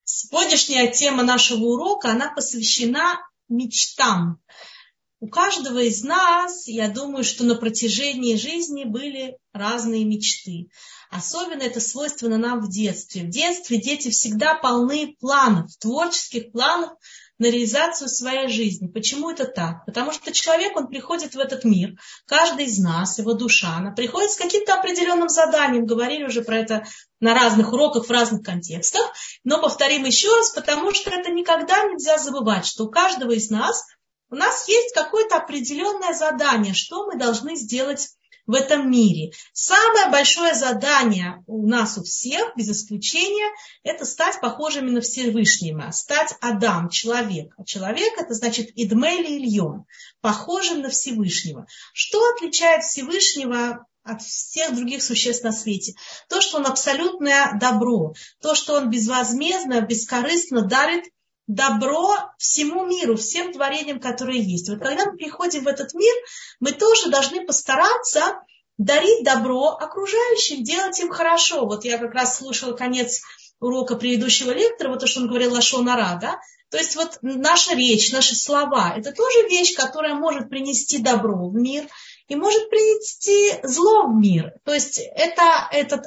Сегодняшняя тема нашего урока, она посвящена мечтам. У каждого из нас, я думаю, что на протяжении жизни были разные мечты. Особенно это свойственно нам в детстве. В детстве дети всегда полны планов, творческих планов на реализацию своей жизни. Почему это так? Потому что человек, он приходит в этот мир, каждый из нас, его душа, она приходит с каким-то определенным заданием. Говорили уже про это на разных уроках, в разных контекстах. Но повторим еще раз, потому что это никогда нельзя забывать, что у каждого из нас у нас есть какое-то определенное задание, что мы должны сделать в этом мире. Самое большое задание у нас у всех, без исключения, это стать похожими на Всевышнего, стать Адам, человек. А человек это значит Идмели Ильон, похожим на Всевышнего. Что отличает Всевышнего от всех других существ на свете? То, что он абсолютное добро, то, что он безвозмездно, бескорыстно дарит добро всему миру, всем творениям, которые есть. Вот когда мы приходим в этот мир, мы тоже должны постараться дарить добро окружающим, делать им хорошо. Вот я как раз слушала конец урока предыдущего лектора, вот то, что он говорил лашон ара, да? То есть вот наша речь, наши слова, это тоже вещь, которая может принести добро в мир и может принести зло в мир. То есть это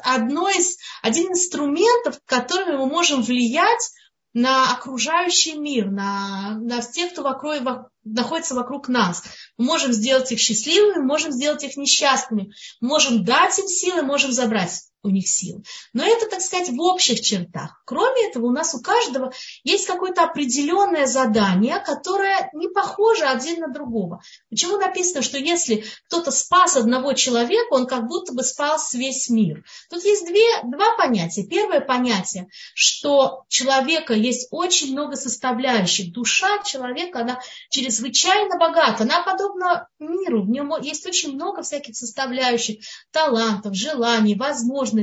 один инструментов, которыми мы можем влиять на окружающий мир, на тех, кто находится вокруг нас. Мы можем сделать их счастливыми, мы можем сделать их несчастными. Мы можем дать им силы, можем забрать у них силы. Но это, так сказать, в общих чертах. Кроме этого, у нас у каждого есть какое-то определенное задание, которое не похоже один на другого. Почему написано, что если кто-то спас одного человека, он как будто бы спас весь мир? Тут есть два понятия. Первое понятие, что у человека есть очень много составляющих. Душа человека, она чрезвычайно богата. Она подобна миру. В нем есть очень много всяких составляющих, талантов, желаний, возможностей,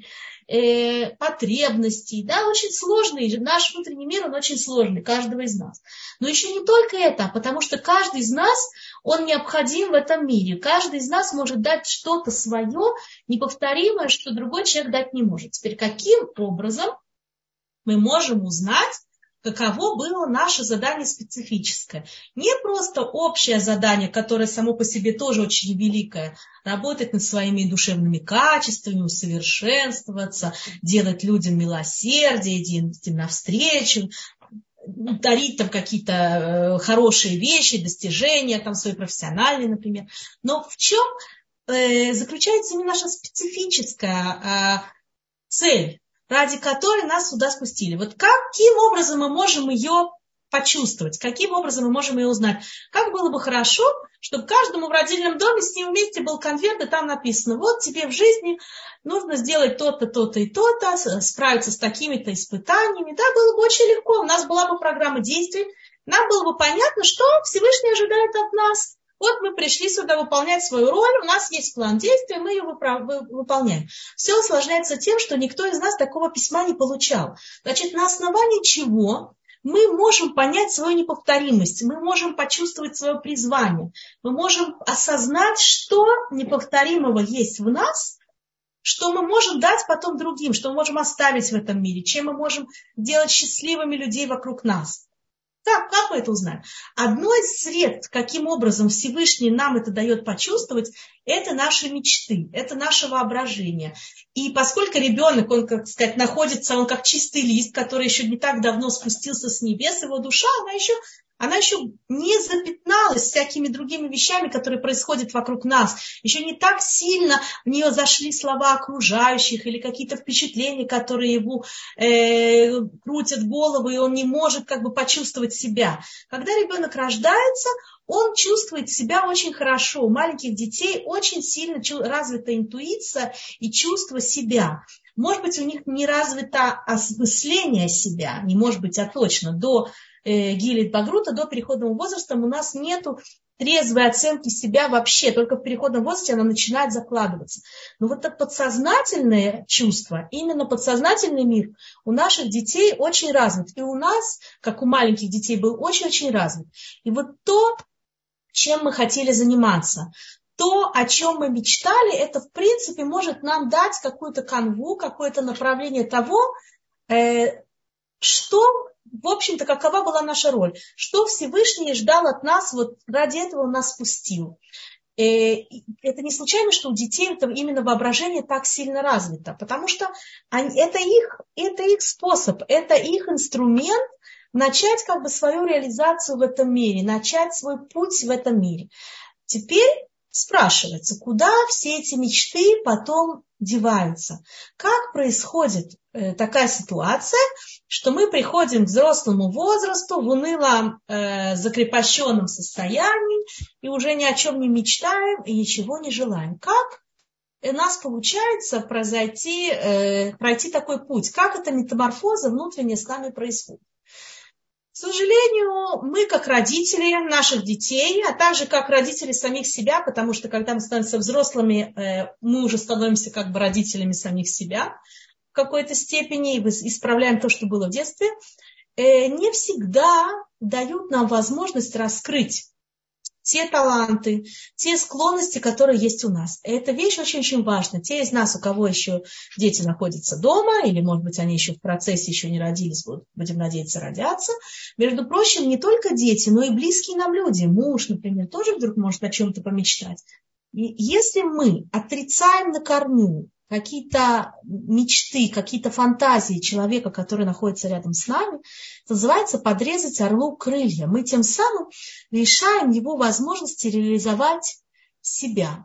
потребностей, да, очень сложный, наш внутренний мир, он очень сложный, каждого из нас. Но еще не только это, потому что каждый из нас, он необходим в этом мире. Каждый из нас может дать что-то свое, неповторимое, что другой человек дать не может. Теперь, каким образом мы можем узнать, каково было наше задание специфическое? Не просто общее задание, которое само по себе тоже очень великое, работать над своими душевными качествами, усовершенствоваться, делать людям милосердие, идти им навстречу, дарить там какие-то хорошие вещи, достижения, там свои профессиональные, например. Но в чем заключается именно наша специфическая цель, ради которой нас сюда спустили? Вот каким образом мы можем ее почувствовать, каким образом мы можем ее узнать? Как было бы хорошо, чтобы каждому в родильном доме с ним вместе был конверт, и там написано: вот тебе в жизни нужно сделать то-то, то-то и то-то, справиться с такими-то испытаниями. Да, было бы очень легко, у нас была бы программа действий, нам было бы понятно, что Всевышний ожидает от нас. Вот мы пришли сюда выполнять свою роль, у нас есть план действия, мы его выполняем. Все усложняется тем, что никто из нас такого письма не получал. Значит, на основании чего мы можем понять свою неповторимость, мы можем почувствовать свое призвание, мы можем осознать, что неповторимого есть в нас, что мы можем дать потом другим, что мы можем оставить в этом мире, чем мы можем делать счастливыми людей вокруг нас. Как мы это узнаем? Одно из средств, каким образом Всевышний нам это дает почувствовать, это наши мечты, это наше воображение. И поскольку ребенок, он, как сказать, находится, он как чистый лист, который еще не так давно спустился с небес, его душа, она еще не запятналась всякими другими вещами, которые происходят вокруг нас. Еще не так сильно в нее зашли слова окружающих или какие-то впечатления, которые его крутят голову, и он не может как бы почувствовать себя. Когда ребенок рождается, он чувствует себя очень хорошо. У маленьких детей очень сильно развита интуиция и чувство себя. Может быть, у них не развито осмысление себя, не может быть, а точно, до Гилит Багрута, до переходного возраста у нас нету трезвой оценки себя вообще, только в переходном возрасте она начинает закладываться. Но вот это подсознательное чувство, именно подсознательный мир у наших детей очень развит. И у нас, как у маленьких детей, был очень-очень развит. И вот то, чем мы хотели заниматься, то, о чем мы мечтали, это в принципе может нам дать какую-то канву, какое-то направление того, что, в общем-то, какова была наша роль, что Всевышний ждал от нас, вот ради этого он нас спустил. Это не случайно, что у детей это именно воображение так сильно развито, потому что это их способ, это их инструмент начать как бы свою реализацию в этом мире, начать свой путь в этом мире. Теперь спрашивается, куда все эти мечты потом деваются? Как происходит такая ситуация, что мы приходим к взрослому возрасту в унылом закрепощенном состоянии и уже ни о чем не мечтаем и ничего не желаем? Как у нас получается пройти такой путь? Как эта метаморфоза внутренняя с нами происходит? К сожалению, мы как родители наших детей, а также как родители самих себя, потому что когда мы становимся взрослыми, мы уже становимся как бы родителями самих себя в какой-то степени и исправляем то, что было в детстве, не всегда дают нам возможность раскрыть те таланты, те склонности, которые есть у нас. Эта вещь очень-очень важна. Те из нас, у кого еще дети находятся дома, или, может быть, они еще в процессе, еще не родились, будем надеяться, родятся. Между прочим, не только дети, но и близкие нам люди. Муж, например, тоже вдруг может о чем-то помечтать. И если мы отрицаем на корню какие-то мечты, какие-то фантазии человека, который находится рядом с нами, это называется подрезать орлу крылья. Мы тем самым лишаем его возможности реализовать себя.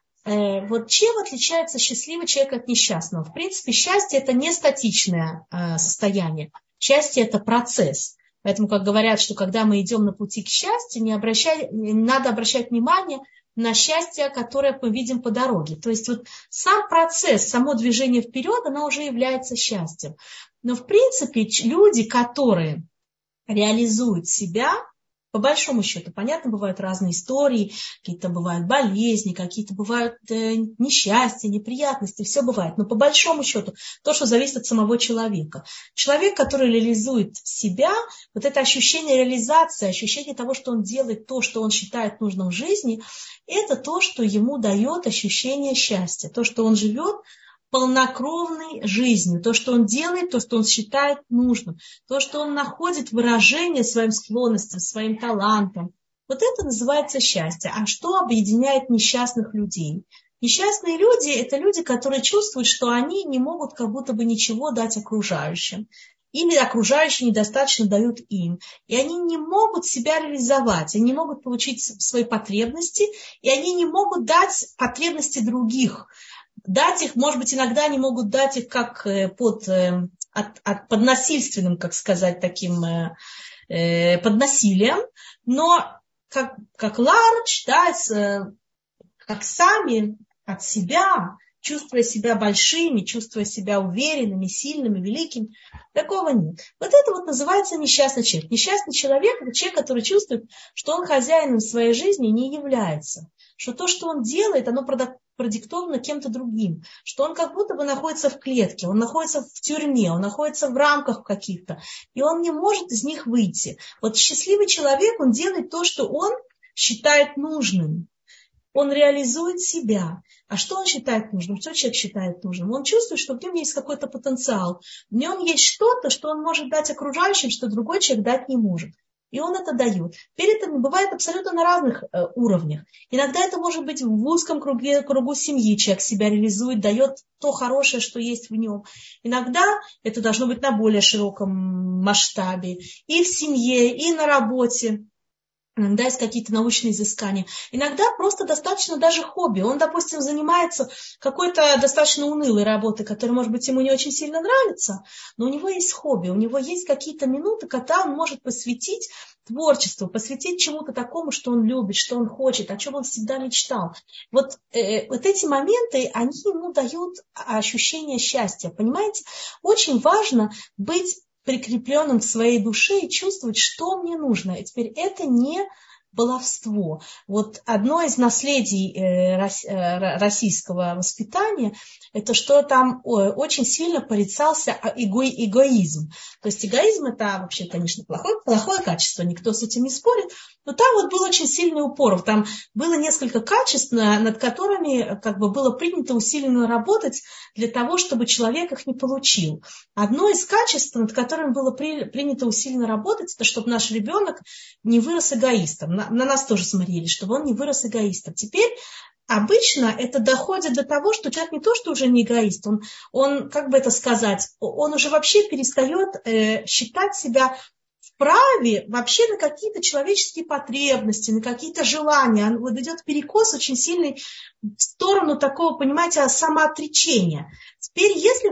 Вот чем отличается счастливый человек от несчастного? В принципе, счастье – это не статичное состояние. Счастье – это процесс. Поэтому, как говорят, что когда мы идем на пути к счастью, надо обращать внимание на счастье, которое мы видим по дороге. То есть вот сам процесс, само движение вперед, оно уже является счастьем. Но в принципе люди, которые реализуют себя, по большому счету, понятно, бывают разные истории, какие-то бывают болезни, какие-то бывают несчастья, неприятности, все бывает. Но по большому счету, то, что зависит от самого человека. Человек, который реализует себя, вот это ощущение реализации, ощущение того, что он делает то, что он считает нужным в жизни, это то, что ему дает ощущение счастья, то, что он живет полнокровной жизнью, то, что он делает, то, что он считает нужным, то, что он находит выражение своим склонностям, своим талантам. Вот это называется счастье. А что объединяет несчастных людей? Несчастные люди – это люди, которые чувствуют, что они не могут как будто бы ничего дать окружающим. Или окружающие недостаточно дают им. И они не могут себя реализовать, они не могут получить свои потребности, и они не могут дать потребности других. Дать их, может быть, иногда они могут дать их как под насильственным, как сказать, таким под насилием, но как large, да, как сами от себя, чувствуя себя большими, чувствуя себя уверенными, сильными, великими, такого нет. Вот это вот называется несчастный человек. Несчастный человек – это человек, который чувствует, что он хозяином своей жизни не является, что то, что он делает, оно продиктовано кем-то другим, что он как будто бы находится в клетке, он находится в тюрьме, он находится в рамках каких-то, и он не может из них выйти. Вот счастливый человек, он делает то, что он считает нужным. Он реализует себя. А что он считает нужным? Что человек считает нужным? Он чувствует, что в нем есть какой-то потенциал. В нем есть что-то, что он может дать окружающим, что другой человек дать не может. И он это дает. Теперь это бывает абсолютно на разных уровнях. Иногда это может быть в узком кругу семьи. Человек себя реализует, дает то хорошее, что есть в нем. Иногда это должно быть на более широком масштабе. И в семье, и на работе. Иногда есть какие-то научные изыскания. Иногда просто достаточно даже хобби. Он, допустим, занимается какой-то достаточно унылой работой, которая, может быть, ему не очень сильно нравится, но у него есть хобби, у него есть какие-то минуты, когда он может посвятить творчеству, посвятить чему-то такому, что он любит, что он хочет, о чем он всегда мечтал. Вот эти моменты, они ему дают ощущение счастья. Понимаете? Очень важно быть прикрепленным к своей душе и чувствовать, что мне нужно. И теперь это не баловство. Вот одно из наследий российского воспитания – это что там очень сильно порицался эгоизм. То есть эгоизм – это вообще, конечно, плохое качество, никто с этим не спорит, но там вот был очень сильный упор. Там было несколько качеств, над которыми как бы было принято усиленно работать для того, чтобы человек их не получил. Одно из качеств, над которым было принято усиленно работать, это чтобы наш ребенок не вырос эгоистом. На нас тоже смотрели, чтобы он не вырос эгоистом. Теперь обычно это доходит до того, что человек не то, что уже не эгоист, он как бы это сказать, он уже вообще перестает считать себя вправе вообще на какие-то человеческие потребности, на какие-то желания. Вот идет перекос очень сильный в сторону такого, понимаете, самоотречения. Теперь, если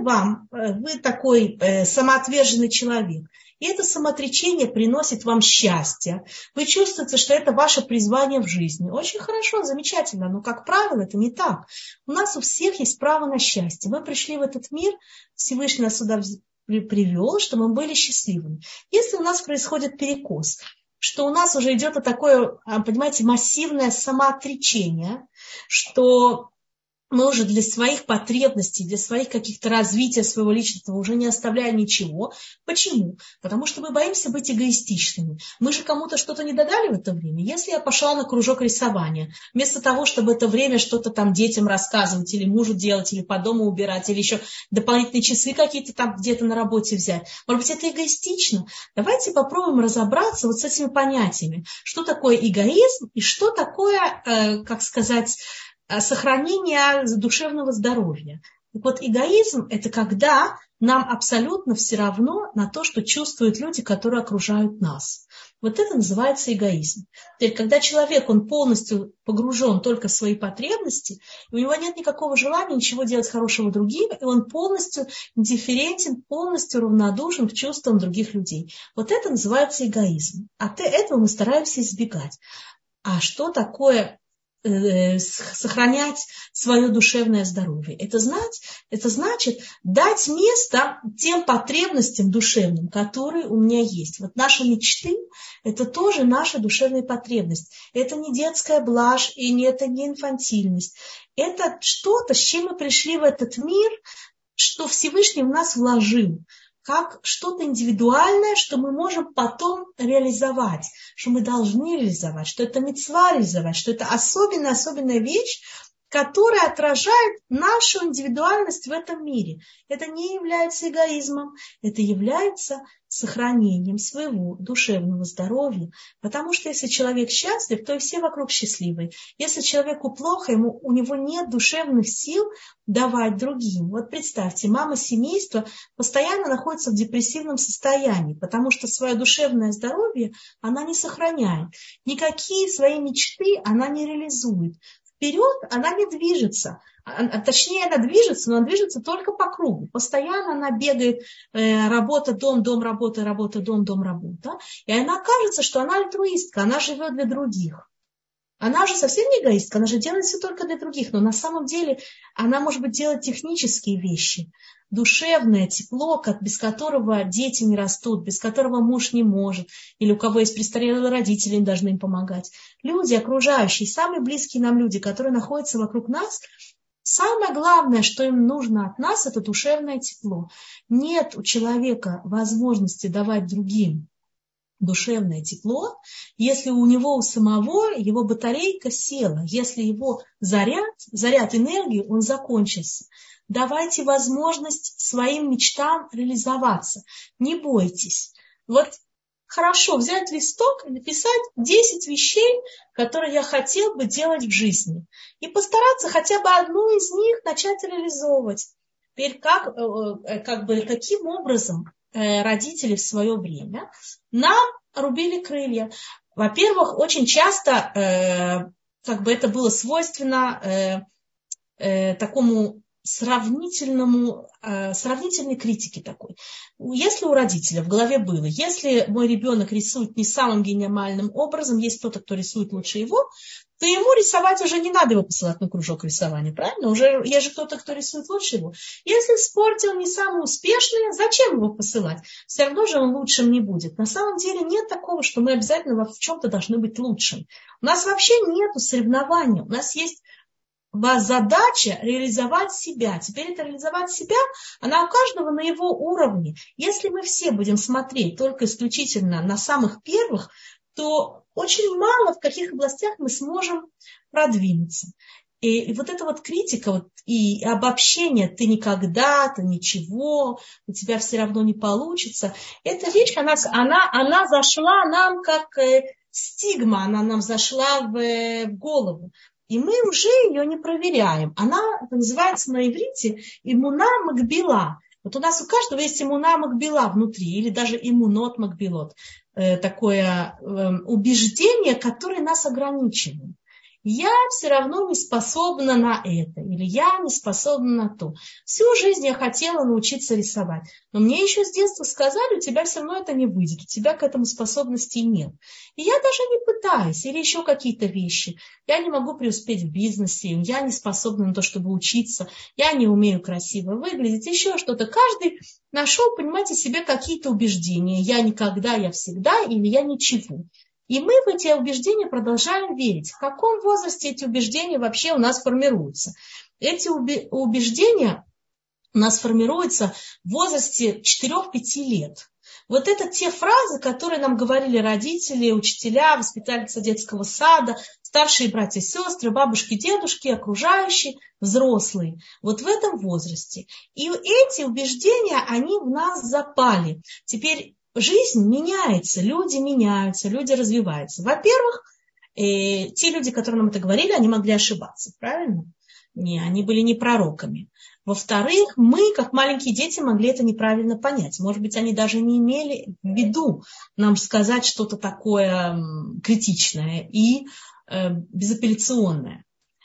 вы такой самоотверженный человек, и это самоотречение приносит вам счастье, вы чувствуете, что это ваше призвание в жизни. Очень хорошо, замечательно, но, как правило, это не так. У нас у всех есть право на счастье. Мы пришли в этот мир, Всевышний нас сюда привел, чтобы мы были счастливыми. Если у нас происходит перекос, что у нас уже идет такое, понимаете, массивное самоотречение, что мы уже для своих потребностей, для своих каких-то развития своего личностного уже не оставляем ничего. Почему? Потому что мы боимся быть эгоистичными. Мы же кому-то что-то не додали в это время. Если я пошла на кружок рисования, вместо того, чтобы это время что-то там детям рассказывать, или мужу делать, или по дому убирать, или еще дополнительные часы какие-то там где-то на работе взять, может быть, это эгоистично. Давайте попробуем разобраться вот с этими понятиями. Что такое эгоизм и что такое, как сказать, сохранение душевного здоровья. Так вот, эгоизм – это когда нам абсолютно все равно на то, что чувствуют люди, которые окружают нас. Вот это называется эгоизм. Теперь, когда человек, он полностью погружен только в свои потребности, у него нет никакого желания ничего делать хорошего другим, и он полностью индифферентен, полностью равнодушен к чувствам других людей. Вот это называется эгоизм. От этого мы стараемся избегать. А что такое сохранять свое душевное здоровье? Это значит дать место тем потребностям душевным, которые у меня есть. Вот наши мечты – это тоже наша душевная потребность. Это не детская блажь, и это не инфантильность. Это что-то, с чем мы пришли в этот мир, что Всевышний в нас вложил, как что-то индивидуальное, что мы можем потом реализовать, что мы должны реализовать, что это мицва реализовать, что это особенная вещь, которая отражает нашу индивидуальность в этом мире. Это не является эгоизмом, это является сохранением своего душевного здоровья. Потому что если человек счастлив, то и все вокруг счастливы. Если человеку плохо, у него нет душевных сил давать другим. Вот представьте, мама семейства постоянно находится в депрессивном состоянии, потому что свое душевное здоровье она не сохраняет. Никакие свои мечты она не реализует. Вперед она не движется, точнее она движется, но она движется только по кругу. Постоянно она бегает, работа, дом, дом, работа, работа, дом, дом, работа. И она кажется, что она альтруистка, она живет для других. Она же совсем не эгоистка, она же делает все только для других, но на самом деле она, может быть, делает технические вещи. Душевное тепло, без которого дети не растут, без которого муж не может, или у кого есть престарелые родители, они должны им помогать. Люди, окружающие, самые близкие нам люди, которые находятся вокруг нас, самое главное, что им нужно от нас, это душевное тепло. Нет у человека возможности давать другим душевное тепло, если у него у самого его батарейка села, если его заряд энергии, он закончился. Давайте возможность своим мечтам реализоваться. Не бойтесь. Вот хорошо взять листок и написать 10 вещей, которые я хотел бы делать в жизни. И постараться хотя бы одну из них начать реализовывать. Теперь каким образом родители в свое время нам рубили крылья? Во-первых, очень часто это было свойственно такому сравнительной критике такой. Если у родителя в голове было, если мой ребенок рисует не самым гениальным образом, есть кто-то, кто рисует лучше его, то ему рисовать уже не надо его посылать на кружок рисования, правильно? Уже есть же кто-то, кто рисует лучше его. Если в спорте он не самый успешный, зачем его посылать? Все равно же он лучшим не будет. На самом деле нет такого, что мы обязательно в чем-то должны быть лучшим. У нас вообще нет соревнований. У нас есть задача реализовать себя. Теперь это реализовать себя, она у каждого на его уровне. Если мы все будем смотреть только исключительно на самых первых, то очень мало в каких областях мы сможем продвинуться. И вот эта вот критика вот, и обобщение, ты никогда, ты ничего, у тебя все равно не получится, эта вещь, она зашла нам как стигма, она нам зашла в голову. И мы уже ее не проверяем. Она называется на иврите имуна макбила. Вот у нас у каждого есть имуна макбила внутри, или даже имунот макбилот. Такое убеждение, которое нас ограничивает. Я все равно не способна на это, или я не способна на то. Всю жизнь я хотела научиться рисовать, но мне еще с детства сказали, у тебя все равно это не выйдет, у тебя к этому способностей нет. И я даже не пытаюсь, или еще какие-то вещи. Я не могу преуспеть в бизнесе, я не способна на то, чтобы учиться, я не умею красиво выглядеть, еще что-то. Каждый нашел, понимаете, себе какие-то убеждения. Я никогда, я всегда, или я ничего. И мы в эти убеждения продолжаем верить. В каком возрасте эти убеждения вообще у нас формируются? Эти убеждения у нас формируются в возрасте 4-5 лет. Вот это те фразы, которые нам говорили родители, учителя, воспитательницы детского сада, старшие братья и сестры, бабушки, дедушки, окружающие, взрослые. Вот в этом возрасте. И эти убеждения, они в нас запали. Теперь жизнь меняется, люди развиваются. Во-первых, те люди, которые нам это говорили, они могли ошибаться, правильно? Они были не пророками. Во-вторых, мы, как маленькие дети, могли это неправильно понять. Может быть, они даже не имели в виду нам сказать что-то такое критичное и безапелляционное.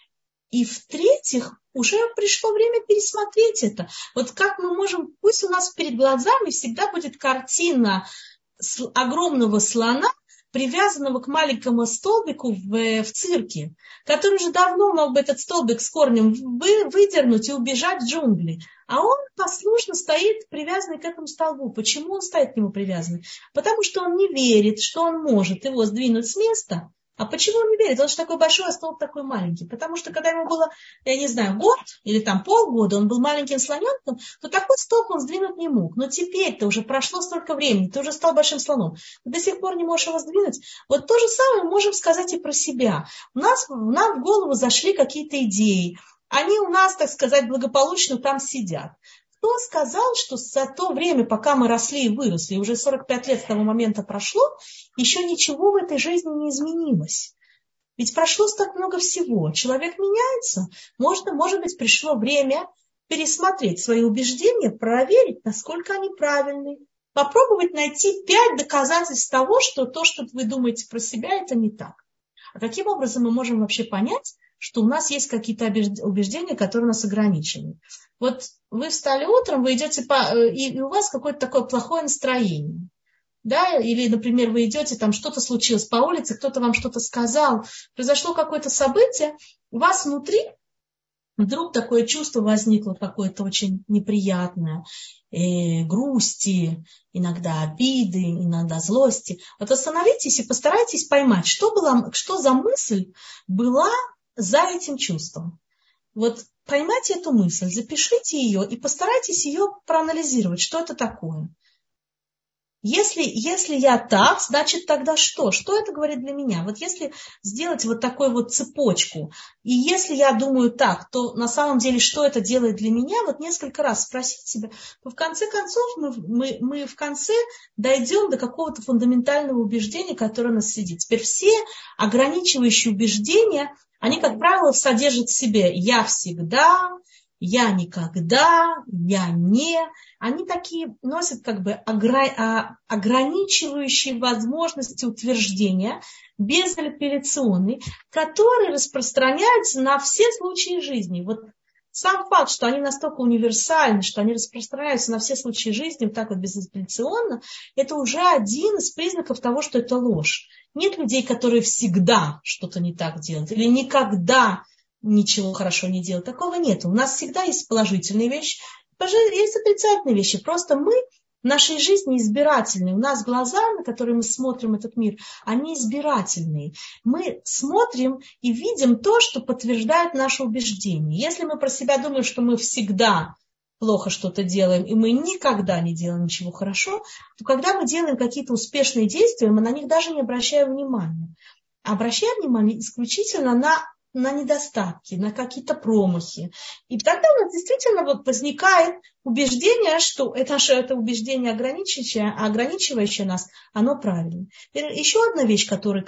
И в-третьих, уже пришло время пересмотреть это. Вот как мы можем, пусть у нас перед глазами всегда будет картина огромного слона, привязанного к маленькому столбику в цирке, который уже давно мог бы этот столбик с корнем выдернуть и убежать в джунгли. А он послушно стоит привязанный к этому столбу. Почему он стоит к нему привязанный? Потому что он не верит, что он может его сдвинуть с места. А почему он не верит? Он же такой большой, а столб такой маленький. Потому что когда ему было, я не знаю, год или там полгода, он был маленьким слоненком, то такой столб он сдвинуть не мог. Но теперь-то уже прошло столько времени, ты уже стал большим слоном. Ты до сих пор не можешь его сдвинуть. Вот то же самое мы можем сказать и про себя. Нам в голову зашли какие-то идеи. Они у нас, так сказать, благополучно там сидят. Кто сказал, что за то время, пока мы росли и выросли, уже 45 лет с того момента прошло, еще ничего в этой жизни не изменилось? Ведь прошло так много всего. Человек меняется. Может быть, пришло время пересмотреть свои убеждения, проверить, насколько они правильны. Попробовать найти 5 доказательств того, что то, что вы думаете про себя, это не так. А каким образом мы можем вообще понять, что у нас есть какие-то убеждения, которые нас ограничивают? Вот вы встали утром, вы идете, и у вас какое-то такое плохое настроение. Да? Или, например, вы идете, там что-то случилось по улице, кто-то вам что-то сказал, произошло какое-то событие, у вас внутри вдруг такое чувство возникло какое-то очень неприятное, грусти, иногда обиды, иногда злости. Вот остановитесь и постарайтесь поймать, что за мысль была за этим чувством. Вот поймайте эту мысль, запишите ее и постарайтесь ее проанализировать, что это такое. Если я так, значит тогда что? Что это говорит для меня? Вот если сделать вот такую вот цепочку, и если я думаю так, то на самом деле что это делает для меня? Вот несколько раз спросить себя, то в конце концов мы в конце дойдем до какого-то фундаментального убеждения, которое нас сидит. Теперь все ограничивающие убеждения, они, как правило, содержат в себе «я всегда», «я никогда», «я не». Они такие носят как бы ограничивающие возможности утверждения, безапелляционные, которые распространяются на все случаи жизни. Вот сам факт, что они настолько универсальны, что они распространяются на все случаи жизни, вот так вот безапелляционно, это уже один из признаков того, что это ложь. Нет людей, которые всегда что-то не так делают или никогда ничего хорошо не делают. Такого нет. У нас всегда есть положительные вещи, есть отрицательные вещи. Просто мы в нашей жизни избирательные. У нас глаза, на которые мы смотрим этот мир, они избирательные. Мы смотрим и видим то, что подтверждает наше убеждение. Если мы про себя думаем, что мы всегда плохо что-то делаем, и мы никогда не делаем ничего хорошо, то когда мы делаем какие-то успешные действия, мы на них даже не обращаем внимания. Обращаем внимание исключительно на недостатки, на какие-то промахи. И тогда у нас действительно возникает убеждение, что это убеждение ограничивающее нас, оно правильно. Еще одна вещь, которую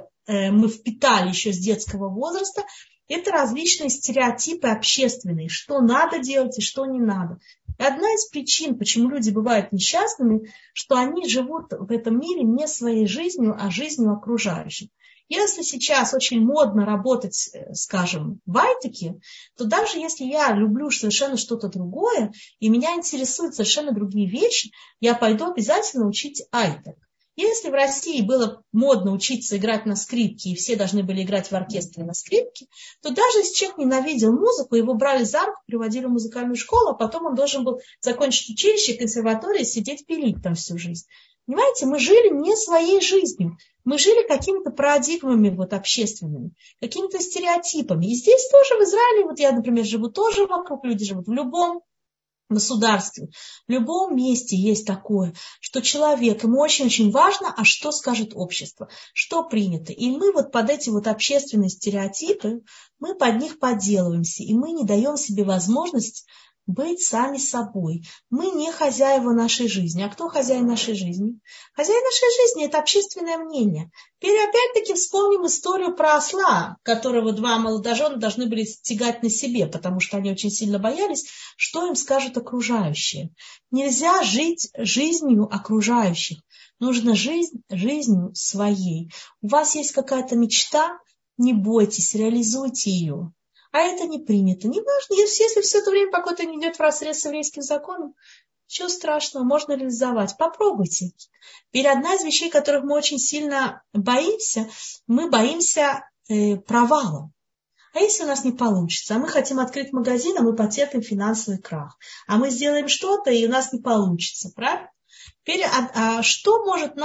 мы впитали еще с детского возраста, это различные стереотипы общественные, что надо делать и что не надо. И одна из причин, почему люди бывают несчастными, что они живут в этом мире не своей жизнью, а жизнью окружающих. Если сейчас очень модно работать, скажем, в айтеке, то даже если я люблю совершенно что-то другое, и меня интересуют совершенно другие вещи, я пойду обязательно учить айтек. Если в России было модно учиться играть на скрипке, и все должны были играть в оркестре на скрипке, то даже если человек ненавидел музыку, его брали за руку, приводили в музыкальную школу, а потом он должен был закончить училище, консерваторию и сидеть пилить там всю жизнь. Понимаете, мы жили не своей жизнью, мы жили какими-то парадигмами общественными, какими-то стереотипами. И здесь тоже в Израиле, я, например, живу тоже вокруг, люди живут в любом государстве, в любом месте есть такое, что человек, ему очень-очень важно, а что скажет общество, что принято. И мы под эти общественные стереотипы, мы под них подделываемся, и мы не даем себе возможность быть сами собой. Мы не хозяева нашей жизни. А кто хозяин нашей жизни? Хозяин нашей жизни – это общественное мнение. Теперь опять-таки вспомним историю про осла, которого два молодожена должны были тягать на себе, потому что они очень сильно боялись, что им скажут окружающие. Нельзя жить жизнью окружающих. Нужно жить жизнью своей. У вас есть какая-то мечта? Не бойтесь, реализуйте ее. А это не принято. Не важно, если все это время, пока это не идет вразрез с еврейским законом, ничего страшного, можно реализовать. Попробуйте. Теперь одна из вещей, которых мы очень сильно боимся, мы боимся провала. А если у нас не получится? А мы хотим открыть магазин, а мы потерпим финансовый крах. А мы сделаем что-то, и у нас не получится. Правильно? Теперь, что может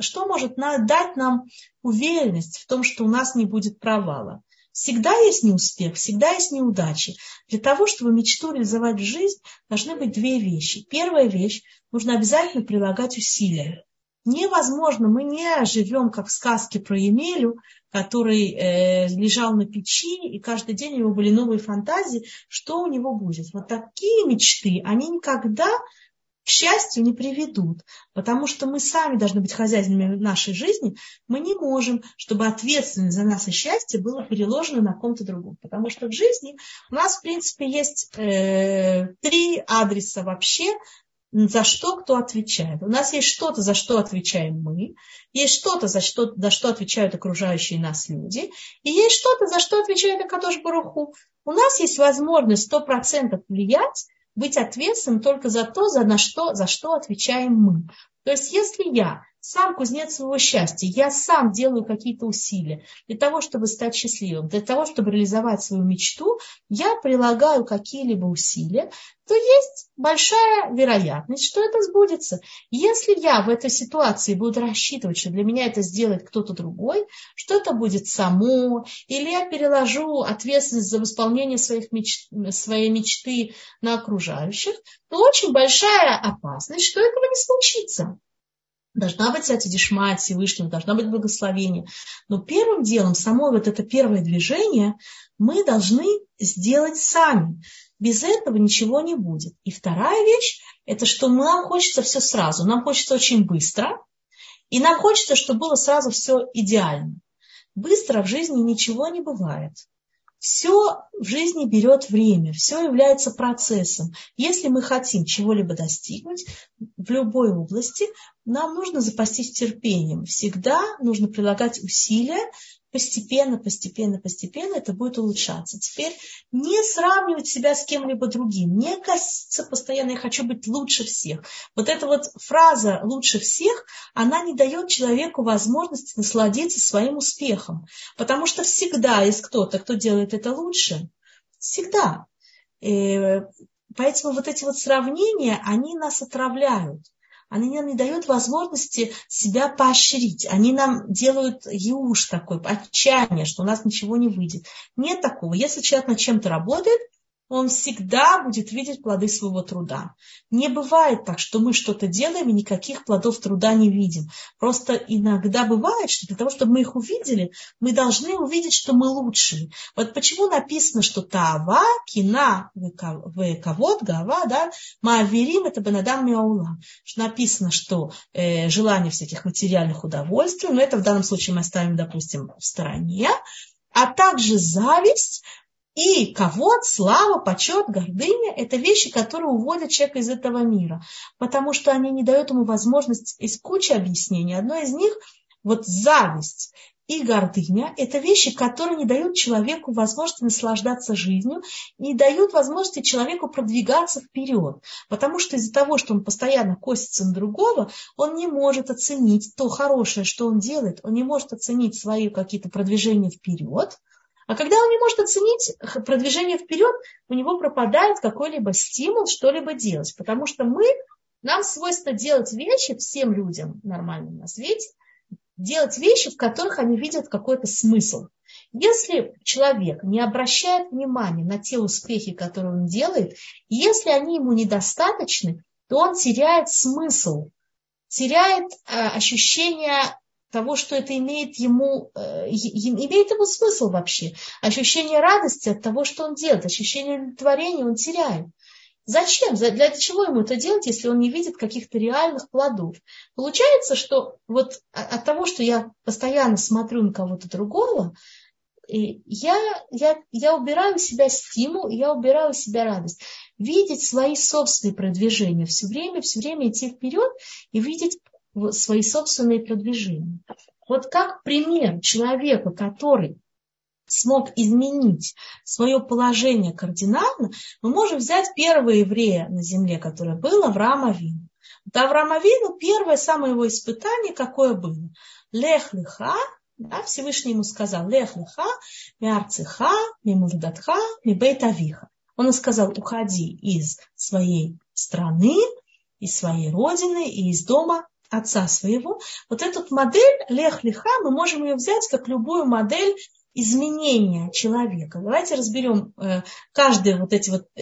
дать нам уверенность в том, что у нас не будет провала? Всегда есть неуспех, всегда есть неудачи. Для того, чтобы мечту реализовать в жизнь, должны быть две вещи. Первая вещь – нужно обязательно прилагать усилия. Невозможно, мы не живем, как в сказке про Емелю, который лежал на печи, и каждый день у него были новые фантазии, что у него будет. Такие мечты, они никогда к счастью не приведут, потому что мы сами должны быть хозяевами нашей жизни, мы не можем, чтобы ответственность за наше счастье была переложена на ком-то другом, потому что в жизни у нас, в принципе, есть 3 адреса вообще, за что кто отвечает. У нас есть что-то, за что отвечаем мы, есть что-то, за что отвечают окружающие нас люди, и есть что-то, за что отвечает Акадош Барух Ху. У нас есть возможность 100% влиять, быть ответственным только за что отвечаем мы. То есть, если я сам кузнец своего счастья, я сам делаю какие-то усилия для того, чтобы стать счастливым, для того, чтобы реализовать свою мечту, я прилагаю какие-либо усилия, то есть большая вероятность, что это сбудется. Если я в этой ситуации буду рассчитывать, что для меня это сделает кто-то другой, что это будет само, или я переложу ответственность за восполнение своей мечты на окружающих, то очень большая опасность, что этого не случится. Должна быть, кстати, дишма от Всевышнего, должна быть благословение. Но первым делом, само это первое движение, мы должны сделать сами. Без этого ничего не будет. И вторая вещь, это что нам хочется все сразу. Нам хочется очень быстро. И нам хочется, чтобы было сразу все идеально. Быстро в жизни ничего не бывает. Все в жизни берет время, все является процессом. Если мы хотим чего-либо достигнуть в любой области, нам нужно запастись терпением. Всегда нужно прилагать усилия, постепенно это будет улучшаться. Теперь не сравнивать себя с кем-либо другим, не коситься постоянно, я хочу быть лучше всех. Эта фраза «лучше всех», она не дает человеку возможности насладиться своим успехом. Потому что всегда есть кто-то, кто делает это лучше. Всегда. Поэтому вот эти вот сравнения, они нас отравляют. Они нам не дают возможности себя поощрить. Они нам делают юж такой, отчаяние, что у нас ничего не выйдет. Нет такого. Если человек над чем-то работает, он всегда будет видеть плоды своего труда. Не бывает так, что мы что-то делаем и никаких плодов труда не видим. Просто иногда бывает, что для того, чтобы мы их увидели, мы должны увидеть, что мы лучшие. Вот почему написано, что таава, кина, вековод, гава, да, мааверим, это бенадам миаулам. Написано, что желание всяких материальных удовольствий, но это в данном случае мы оставим, допустим, в стороне, а также зависть, и кавод, слава, почет, гордыня – это вещи, которые уводят человека из этого мира, потому что они не дают ему возможность, есть куча объяснений. Одно из них – вот зависть и гордыня – это вещи, которые не дают человеку возможности наслаждаться жизнью, не дают возможности человеку продвигаться вперед, потому что из-за того, что он постоянно косится на другого, он не может оценить то хорошее, что он делает, он не может оценить свои какие-то продвижения вперед. А когда он не может оценить продвижение вперед, у него пропадает какой-либо стимул что-либо делать. Потому что нам свойственно делать вещи, всем людям нормальным на свете, делать вещи, в которых они видят какой-то смысл. Если человек не обращает внимания на те успехи, которые он делает, если они ему недостаточны, то он теряет смысл, теряет ощущение того, что это имеет ему смысл вообще. Ощущение радости от того, что он делает, ощущение удовлетворения он теряет. Зачем? Для чего ему это делать, если он не видит каких-то реальных плодов? Получается, что вот от того, что я постоянно смотрю на кого-то другого, я убираю из себя стимул, я убираю из себя радость. Видеть свои собственные продвижения, все время идти вперед и видеть свои собственные продвижения. Вот как пример человека, который смог изменить свое положение кардинально, мы можем взять первого еврея на земле, которое было, Авраам Авину. Вот Авраам Авину первое самое его испытание какое было? Лех леха, да, Всевышний ему сказал, лех леха, миарцеха, мимулдатха, мибейт авиха. Он ему сказал, уходи из своей страны, из своей родины и из дома отца своего. Вот эту модель лех-леха мы можем ее взять как любую модель изменения человека. Давайте разберем каждую вот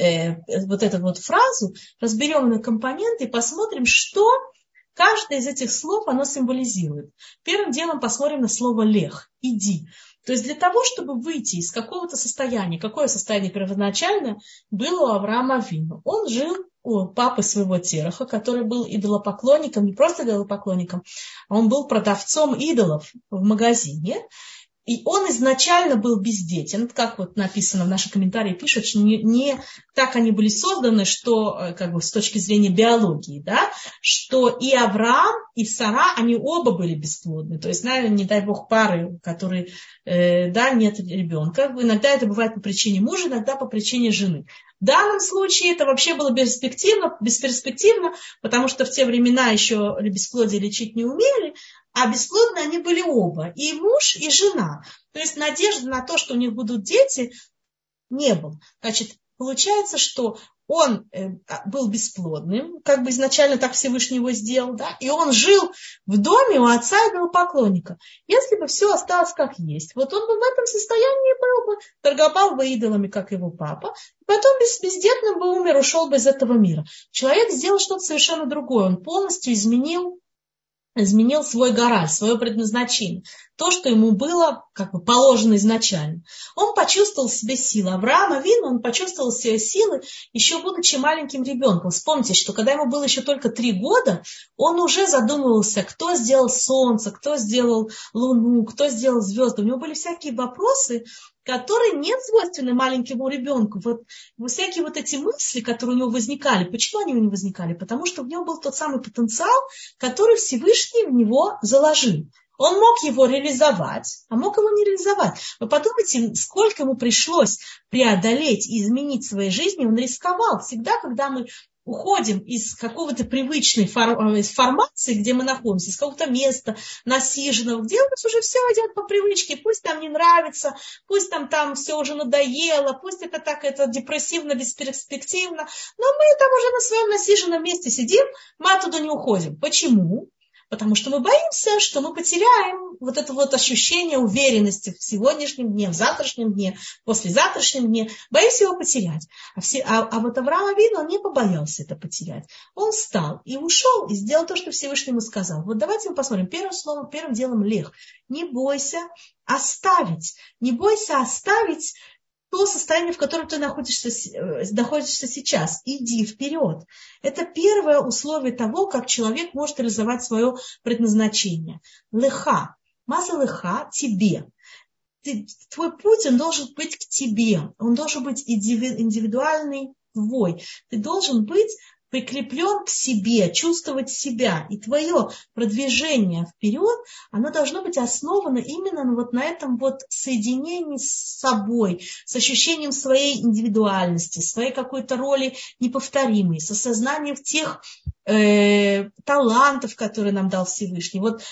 эту фразу, разберем на компоненты и посмотрим, что каждое из этих слов оно символизирует. Первым делом посмотрим на слово лех, иди. То есть для того, чтобы выйти из какого-то состояния, какое состояние первоначальное было у Авраама Авину, он жил у папы своего Тераха, который был идолопоклонником, не просто идолопоклонником, а он был продавцом идолов в магазине. И он изначально был бездетен, как вот написано в нашем комментарии, пишут, что не так они были созданы, что как бы с точки зрения биологии, да, что и Авраам, и Сара, они оба были бесплодны. То есть, наверное, не дай бог пары, которые, да, нет ребенка. Иногда это бывает по причине мужа, иногда по причине жены. В данном случае это вообще было бесперспективно, потому что в те времена еще бесплодие лечить не умели, а бесплодны они были оба, и муж, и жена. То есть надежды на то, что у них будут дети, не было. Значит, получается, что он был бесплодным, как бы изначально так Всевышний его сделал, да, и он жил в доме у отца идолопоклонника. Если бы все осталось как есть, вот он бы в этом состоянии был бы, торговал бы идолами, как его папа, и потом бездетным бы умер, ушел бы из этого мира. Человек сделал что-то совершенно другое, он полностью изменил свой гораль, свое предназначение, то, что ему было как бы положено изначально. Он почувствовал в себе силы. Авраам Авину, он почувствовал в себе силы, еще будучи маленьким ребенком. Вспомните, что когда ему было еще только 3 года, он уже задумывался, кто сделал солнце, кто сделал луну, кто сделал звезды. У него были всякие вопросы, которые не свойственны маленькому ребенку. Вот всякие вот эти мысли, которые у него возникали. Почему они у него возникали? Потому что в нем был тот самый потенциал, который Всевышний в него заложил. Он мог его реализовать, а мог его не реализовать. Вы подумайте, сколько ему пришлось преодолеть и изменить в своей жизни. Он рисковал. Всегда, когда мы уходим из какого-то привычной формации, где мы находимся, из какого-то места насиженного, где у нас уже все идет по привычке, пусть там не нравится, пусть там все уже надоело, пусть это так, это депрессивно, бесперспективно, но мы там уже на своем насиженном месте сидим, мы оттуда не уходим. Почему? Потому что мы боимся, что мы потеряем вот это вот ощущение уверенности в сегодняшнем дне, в завтрашнем дне, в послезавтрашнем дне. Боимся его потерять. А вот Авраам Авину, он не побоялся это потерять. Он встал и ушел, и сделал то, что Всевышний ему сказал. Вот давайте мы посмотрим. Первым делом лех. Не бойся оставить. Не бойся оставить то состояние, в котором ты находишься сейчас. Иди вперед. Это первое условие того, как человек может реализовать свое предназначение. Леха. Маза леха тебе. Твой путь, он должен быть к тебе. Он должен быть индивидуальный твой. Ты должен быть прикреплен к себе, чувствовать себя. И твое продвижение вперед, оно должно быть основано именно вот на этом вот соединении с собой, с ощущением своей индивидуальности, своей какой-то роли неповторимой, с осознанием тех талантов, которые нам дал Всевышний. Вот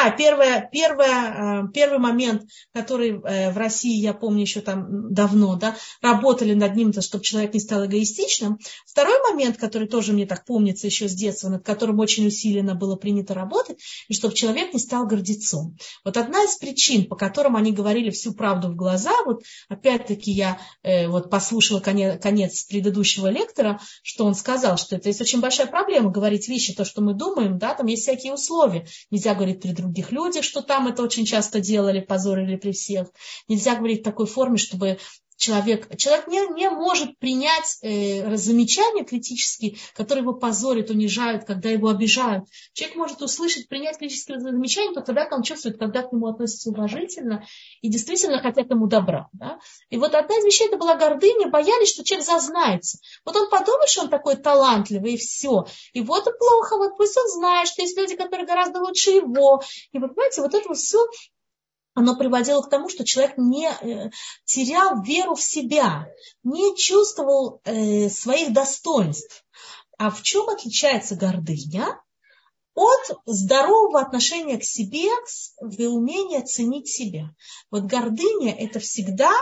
первый момент, который в России, я помню еще там давно, да, работали над ним, чтобы человек не стал эгоистичным. Второй момент, который тоже мне так помнится еще с детства, над которым очень усиленно было принято работать, и чтобы человек не стал гордецом. Вот одна из причин, по которым они говорили всю правду в глаза, вот опять-таки я вот послушала конец предыдущего лектора, что он сказал, что это есть очень большая проблема, говорить вещи, то, что мы думаем, да, там есть всякие условия. Нельзя говорить при других людях, что там это очень часто делали, позорили при всех. Нельзя говорить в такой форме, чтобы человек не может принять замечания критические, которые его позорят, унижают, когда его обижают. Человек может услышать, принять критические замечания только тогда, когда он чувствует, когда к нему относятся уважительно и действительно хотят ему добра. Да? И вот одна из вещей, это была гордыня, боялись, что человек зазнается. Вот он подумает, что он такой талантливый, и все. И вот и плохо, вот пусть он знает, что есть люди, которые гораздо лучше его. И вы понимаете, вот это вот все, оно приводило к тому, что человек не терял веру в себя, не чувствовал своих достоинств. А в чем отличается гордыня? От здорового отношения к себе и умения ценить себя. Вот гордыня – это всегда,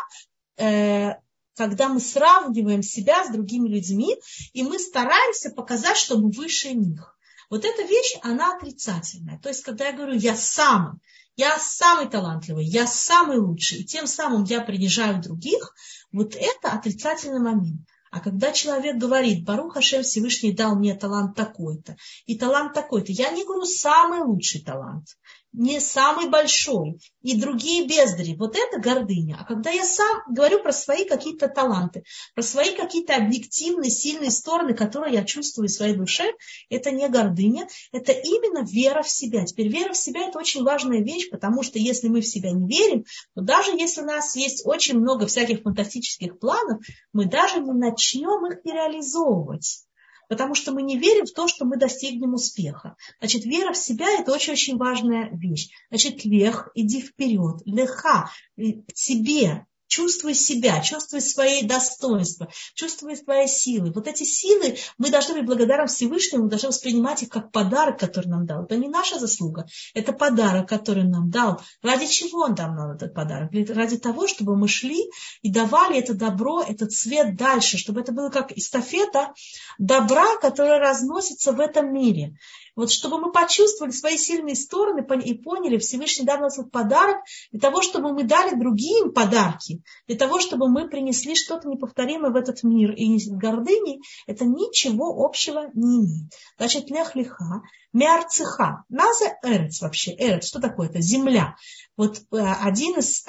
когда мы сравниваем себя с другими людьми, и мы стараемся показать, что мы выше них. Вот эта вещь, она отрицательная. То есть, когда я говорю «я самый талантливый, я самый лучший, и тем самым я принижаю других», вот это отрицательный момент. А когда человек говорит, Барух Ашем, Всевышний дал мне талант такой-то, и талант такой-то, я не говорю самый лучший талант, не самый большой, и другие бездари. Вот это гордыня. А когда я сам говорю про свои какие-то таланты, про свои какие-то объективные, сильные стороны, которые я чувствую в своей душе, это не гордыня, это именно вера в себя. Теперь вера в себя – это очень важная вещь, потому что если мы в себя не верим, то даже если у нас есть очень много всяких фантастических планов, мы даже не начнем их реализовывать. Потому что мы не верим в то, что мы достигнем успеха. Значит, вера в себя – это очень-очень важная вещь. Значит, лех, иди вперед, леха, тебе, чувствуй себя, чувствуй свои достоинства, чувствуй свои силы. Вот эти силы, мы должны быть благодарны Всевышнему, мы должны воспринимать их как подарок, который нам дал. Это не наша заслуга, это подарок, который он нам дал. Ради чего он дал нам этот подарок? Ради того, чтобы мы шли и давали это добро, этот свет дальше, чтобы это было как эстафета добра, которая разносится в этом мире. Вот чтобы мы почувствовали свои сильные стороны и поняли, Всевышний дал нам этот подарок для того, чтобы мы дали другим подарки, для того, чтобы мы принесли что-то неповторимое в этот мир. И гордыней это ничего общего не имеет. Значит, лех леха, мярцеха, наза эрец вообще. Эрец, что такое это? Земля. Вот один из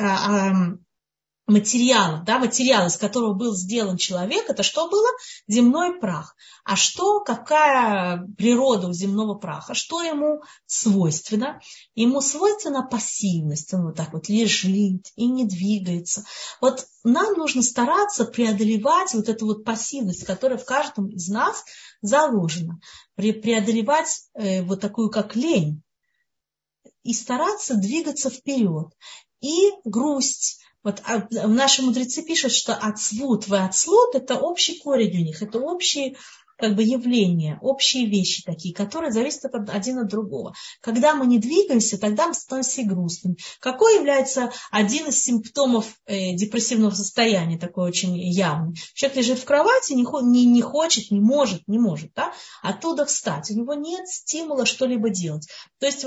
материал, из которого был сделан человек, это что было? Земной прах. А какая природа у земного праха? Что ему свойственно? Ему свойственна пассивность. Он вот так вот лежит и не двигается. Вот нам нужно стараться преодолевать вот эту вот пассивность, которая в каждом из нас заложена. Преодолевать вот такую, как лень. и стараться двигаться вперед. И грусть. Вот наши мудрецы пишут, что ацвут и ацлут – это общий корень у них, это общие явления, общие вещи такие, которые зависят один от другого. Когда мы не двигаемся, тогда мы становимся грустными. Какой является один из симптомов депрессивного состояния, такой очень явный? Человек лежит в кровати, не хочет, не может, да, оттуда встать. У него нет стимула что-либо делать. То есть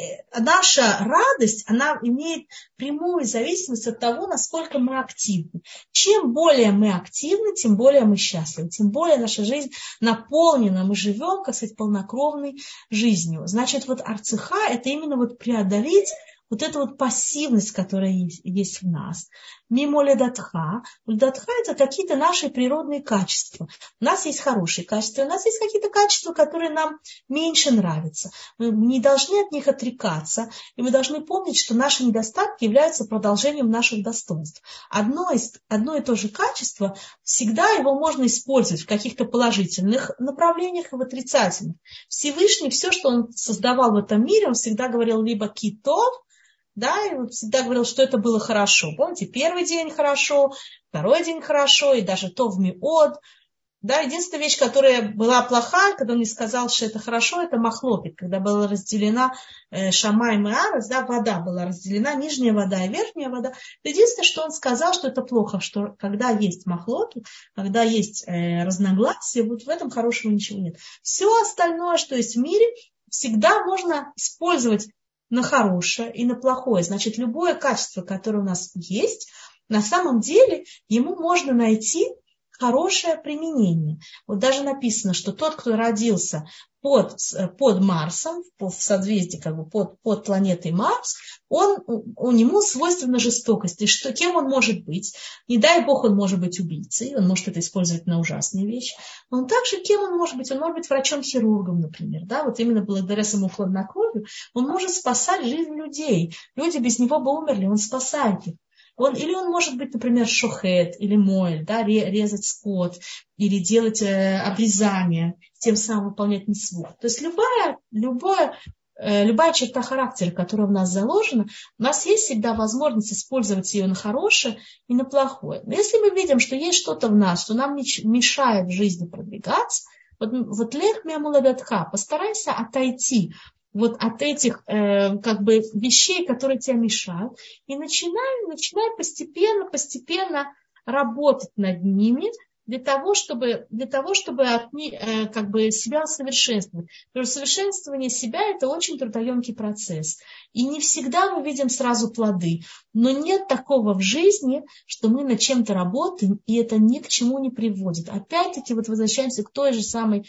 наша радость, она имеет прямую зависимость от того, насколько мы активны. Чем более мы активны, тем более мы счастливы, тем более наша жизнь наполнена, мы живем, как сказать, полнокровной жизнью. Значит, арцеха – это именно преодолеть эту пассивность, которая есть в нас. Мимо ледатха. Ледатха – это какие-то наши природные качества. У нас есть хорошие качества, у нас есть какие-то качества, которые нам меньше нравятся. Мы не должны от них отрекаться, и мы должны помнить, что наши недостатки являются продолжением наших достоинств. Одно и то же качество, всегда его можно использовать в каких-то положительных направлениях и в отрицательных. Всевышний, все, что он создавал в этом мире, он всегда говорил либо китов, да, и он всегда говорил, что это было хорошо. Помните, первый день хорошо, второй день хорошо, и даже тов миод. Да, единственная вещь, которая была плохая, когда он не сказал, что это хорошо, это махлокит, когда была разделена шамаим и арес, да, вода была разделена, нижняя вода и верхняя вода. Единственное, что он сказал, что это плохо, что когда есть махлокит, когда есть разногласия, в этом хорошего ничего нет. Все остальное, что есть в мире, всегда можно использовать на хорошее и на плохое. Значит, любое качество, которое у нас есть, на самом деле ему можно найти хорошее применение. Даже написано, что тот, кто родился под Марсом, в созвездии, под планетой Марс, ему свойственна жестокость. И кем он может быть? Не дай бог, он может быть убийцей, он может это использовать на ужасные вещи. Но он также кем он может быть? Он может быть врачом-хирургом, например. Да? Именно благодаря своему хладнокровию он может спасать жизнь людей. Люди без него бы умерли, он спасает их. Или он может быть, например, шохет или моэль, да, резать скот, или делать обрезание, тем самым выполнять мицвот. То есть любая черта характера, которая в нас заложена, у нас есть всегда возможность использовать ее на хорошее и на плохое. Но если мы видим, что есть что-то в нас, что нам мешает в жизни продвигаться, лех миамуладатха, постарайся отойти от этих вещей, которые тебя мешают, и начинай постепенно работать над ними для того, чтобы себя усовершенствовать. Потому что совершенствование себя – это очень трудоемкий процесс. И не всегда мы видим сразу плоды. Но нет такого в жизни, что мы над чем-то работаем, и это ни к чему не приводит. Опять-таки возвращаемся к тому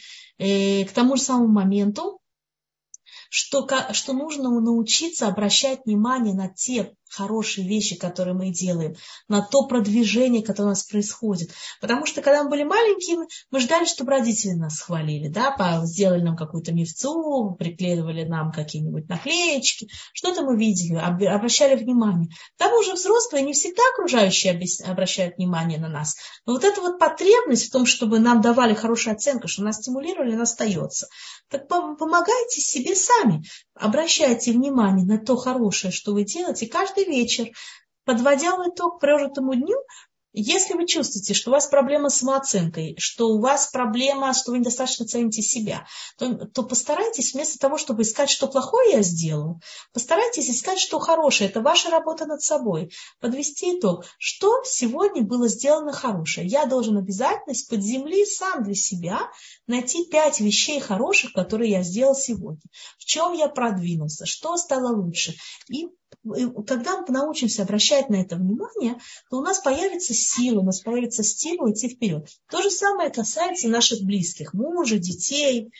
же самому моменту, что нужно научиться обращать внимание на те хорошие вещи, которые мы делаем, на то продвижение, которое у нас происходит. Потому что, когда мы были маленькими, мы ждали, чтобы родители нас хвалили, да, сделали нам какую-то мивцу, приклеивали нам какие-нибудь наклеечки, что-то мы видели, обращали внимание. К тому же взрослые не всегда окружающие обращают внимание на нас. Но эта потребность в том, чтобы нам давали хорошую оценку, что нас стимулировали, она остается. Так помогайте себе сами, обращайте внимание на то хорошее, что вы делаете, каждый вечер, подводя итог прожитому дню, если вы чувствуете, что у вас проблема с самооценкой, что у вас проблема, что вы недостаточно цените себя, то постарайтесь вместо того, чтобы искать, что плохое я сделал, постарайтесь искать, что хорошее. Это ваша работа над собой. Подвести итог, что сегодня было сделано хорошее. Я должен обязательно из-под земли сам для себя найти 5 вещей хороших, которые я сделал сегодня. В чем я продвинулся, что стало лучше. И когда мы научимся обращать на это внимание, то у нас появится сила, у нас появится стимул идти вперед. То же самое касается наших близких, мужа, детей,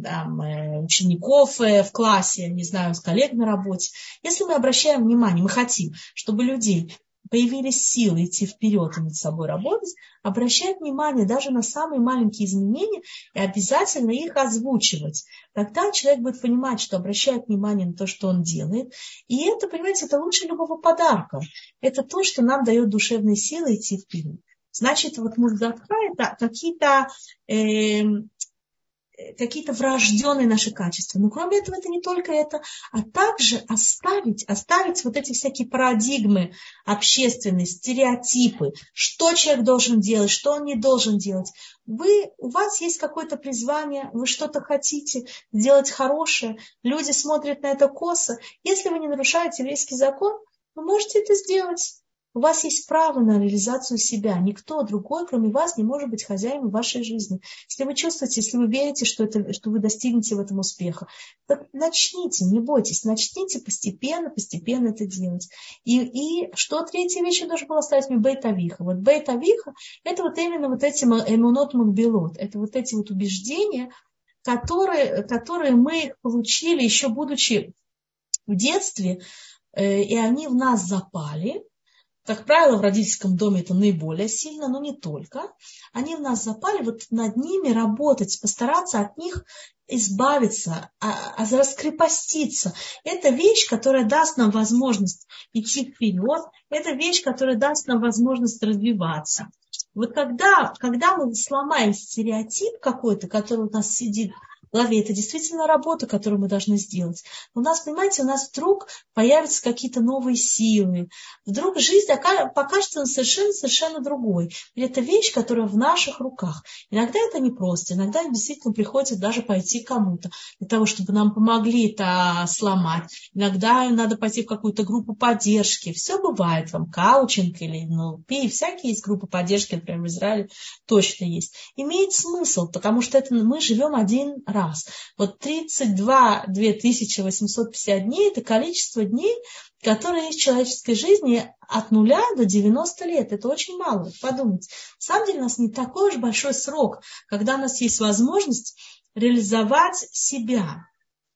учеников в классе, не знаю, коллег на работе. Если мы обращаем внимание, мы хотим, чтобы людей появились силы идти вперед и над собой работать, обращать внимание даже на самые маленькие изменения и обязательно их озвучивать. Тогда человек будет понимать, что обращает внимание на то, что он делает. И это, понимаете, это лучше любого подарка. Это то, что нам дает душевные силы идти вперед. Значит, муздатха – это какие-то какие-то врожденные наши качества. Но кроме этого, это не только это, а также оставить вот эти всякие парадигмы общественные, стереотипы, что человек должен делать, что он не должен делать. У вас есть какое-то призвание, вы что-то хотите сделать хорошее, люди смотрят на это косо. Если вы не нарушаете еврейский закон, вы можете это сделать. У вас есть право на реализацию себя. Никто другой, кроме вас, не может быть хозяином вашей жизни. Если вы чувствуете, если вы верите, что вы достигнете в этом успеха, так начните, не бойтесь, начните постепенно это делать. И что третья вещь я должна была ставить мне бейт авиха. Вот бейт авиха – это вот именно вот эти эмунот макбелот, это вот эти вот убеждения, которые мы получили еще будучи в детстве, и они в нас запали. Как правило, в родительском доме это наиболее сильно, но не только. Они в нас запали, вот над ними работать, постараться от них избавиться, раскрепоститься. Это вещь, которая даст нам возможность идти вперед, это вещь, которая даст нам возможность развиваться. Вот когда мы сломаем стереотип какой-то, который у нас сидит в голове, это действительно работа, которую мы должны сделать. У нас, понимаете, у нас вдруг появятся какие-то новые силы. Вдруг жизнь покажется совершенно другой. И это вещь, которая в наших руках. Иногда это непросто, иногда действительно приходится даже пойти к кому-то для того, чтобы нам помогли это сломать. Иногда надо пойти в какую-то группу поддержки. Все бывает, там каучинг или NLP, всякие есть группы поддержки, например, в Израиле точно есть. Имеет смысл, потому что мы живем один раз. Вот 32 2850 дней – это количество дней, которые есть в человеческой жизни от 0 до 90 лет. Это очень мало, подумайте. На самом деле у нас не такой уж большой срок, когда у нас есть возможность реализовать себя.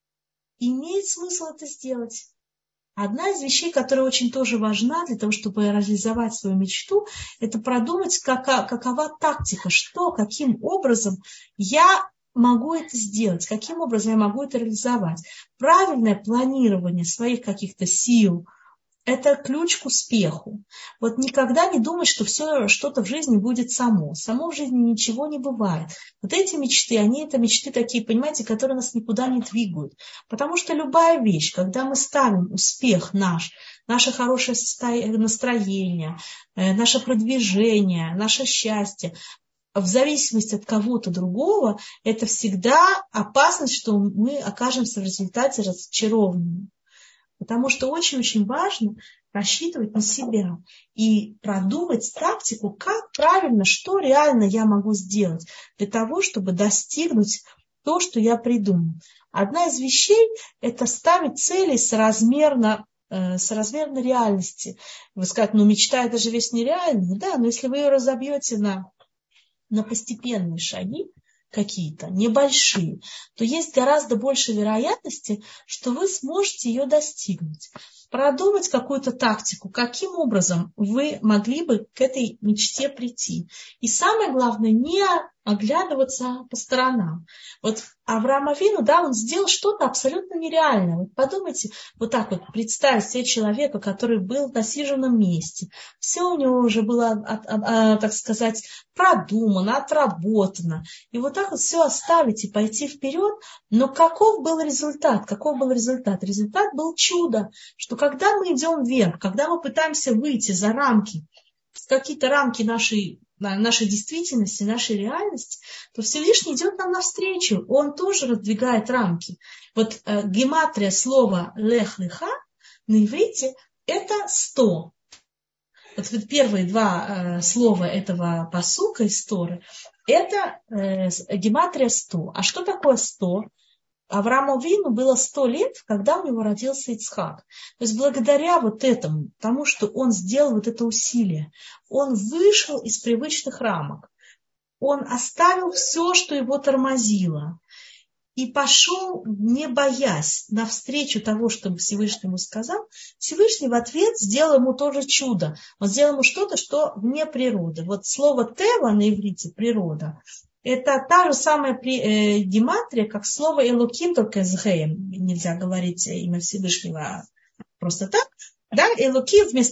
Имеет смысл это сделать. Одна из вещей, которая очень тоже важна для того, чтобы реализовать свою мечту, это продумать, какова тактика, каким образом я могу это сделать, каким образом я могу это реализовать. Правильное планирование своих каких-то сил – это ключ к успеху. Вот никогда не думать, что все что-то в жизни будет само. Само в жизни ничего не бывает. Вот эти мечты, это мечты такие, понимаете, которые нас никуда не двигают. Потому что любая вещь, когда мы ставим успех наше хорошее настроение, наше продвижение, наше счастье, в зависимости от кого-то другого, это всегда опасность, что мы окажемся в результате разочарованными. Потому что очень-очень важно рассчитывать на себя и продумать тактику, как правильно, что реально я могу сделать для того, чтобы достигнуть то, что я придумал. Одна из вещей – это ставить цели соразмерно реальности. Вы скажете, мечта – это же вещь нереальная. Да, но если вы ее разобьете на постепенные шаги какие-то, небольшие, то есть гораздо больше вероятности, что вы сможете ее достигнуть. Продумать какую-то тактику, каким образом вы могли бы к этой мечте прийти. И самое главное, не оглядываться по сторонам. Вот Авраам Авину, он сделал что-то абсолютно нереальное. Вот подумайте, вот так вот представить себе человека, который был в насиженном месте. Все у него уже было, так сказать, продумано, отработано. И вот так вот все оставить и пойти вперед. Но каков был результат? Результат был чудо, что когда мы идем вверх, когда мы пытаемся выйти за рамки, какие-то рамки нашей действительности, нашей реальности, то Всевышний идет нам навстречу. Он тоже раздвигает рамки. Вот гематрия слова лех-леха на иврите – это 100. Вот первые два слова этого пасука из Торы – это гематрия 100. А что такое 100? Аврааму Авину было 100 лет, когда у него родился Ицхак. То есть благодаря вот этому, тому, что он сделал вот это усилие, он вышел из привычных рамок. Он оставил все, что его тормозило. И пошел, не боясь, навстречу того, что Всевышний ему сказал. Всевышний в ответ сделал ему тоже чудо. Он сделал ему что-то, что вне природы. Вот слово «тева» на иврите «природа» – это та же самая гематрия, как слово «элоким», только с «гэем». Нельзя говорить имя Всевышнего просто так. Да? «Элоким» вместо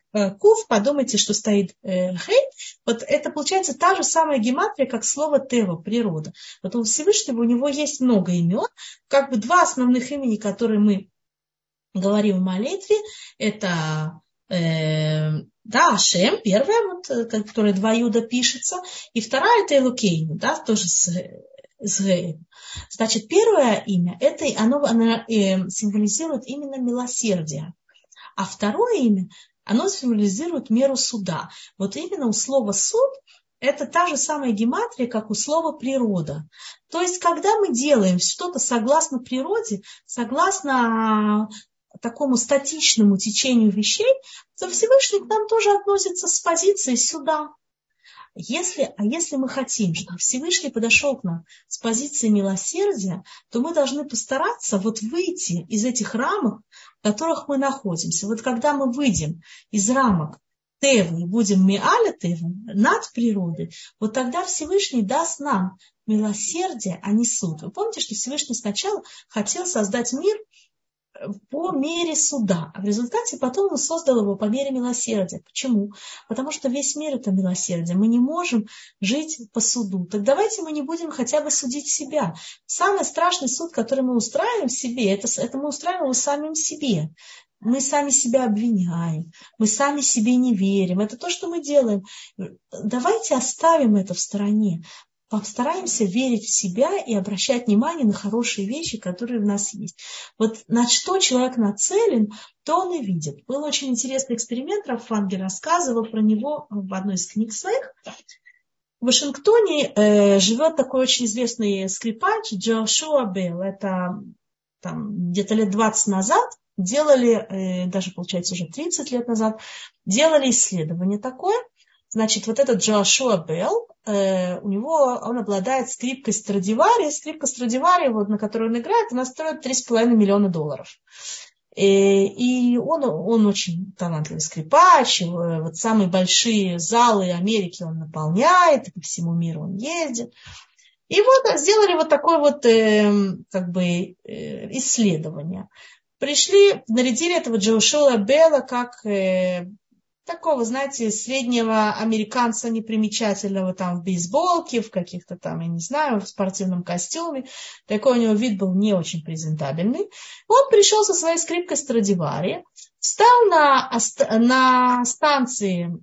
кув, подумайте, что стоит хей. Вот это получается та же самая гематрия, как слово тева, природа. Вот у Всевышнего, у него есть много имен, как бы два основных имени, которые мы говорим в молитве, это Ашем, первое, вот, которое два юда пишется, и вторая это Элокейну, да, тоже с Геем. Значит, первое имя, это оно символизирует именно милосердие, а второе имя, оно символизирует меру суда. Вот именно у слова суд это та же самая гематрия, как у слова природа. То есть, когда мы делаем что-то согласно природе, согласно такому статичному течению вещей, то Всевышний к нам тоже относится с позиции суда. Если мы хотим, чтобы Всевышний подошел к нам с позиции милосердия, то мы должны постараться вот выйти из этих рамок, в которых мы находимся. Вот когда мы выйдем из рамок Тевы и будем Меаля Тевы, над природой, вот тогда Всевышний даст нам милосердие, а не суд. Вы помните, что Всевышний сначала хотел создать мир по мере суда, а в результате потом он создал его по мере милосердия. Почему? Потому что весь мир это милосердие. Мы не можем жить по суду. Так давайте мы не будем хотя бы судить себя. Самый страшный суд, который мы устраиваем себе, это мы устраиваем его самим себе. Мы сами себя обвиняем, мы сами себе не верим. Это то, что мы делаем. Давайте оставим это в стороне. Постараемся верить в себя и обращать внимание на хорошие вещи, которые в нас есть. Вот на что человек нацелен, то он и видит. Был очень интересный эксперимент, Рав Фангер рассказывал про него в одной из книг своих. В Вашингтоне живет такой очень известный скрипач Джошуа Белл. Это там, где-то лет 20 назад делали, даже получается уже 30 лет назад, делали исследование такое. Значит, вот этот Джошуа Белл, он обладает скрипкой Страдивари. Скрипка Страдивари, вот, на которой он играет, она стоит $3,5 миллиона. И он очень талантливый скрипач. Вот самые большие залы Америки он наполняет, и по всему миру он ездит. И вот сделали вот такое вот исследование. Пришли, нарядили этого Джошуа Белла как такого, знаете, среднего американца непримечательного там в бейсболке, в каких-то там, я не знаю, в спортивном костюме. Такой у него вид был не очень презентабельный. Он пришел со своей скрипкой Страдивари, встал на станции,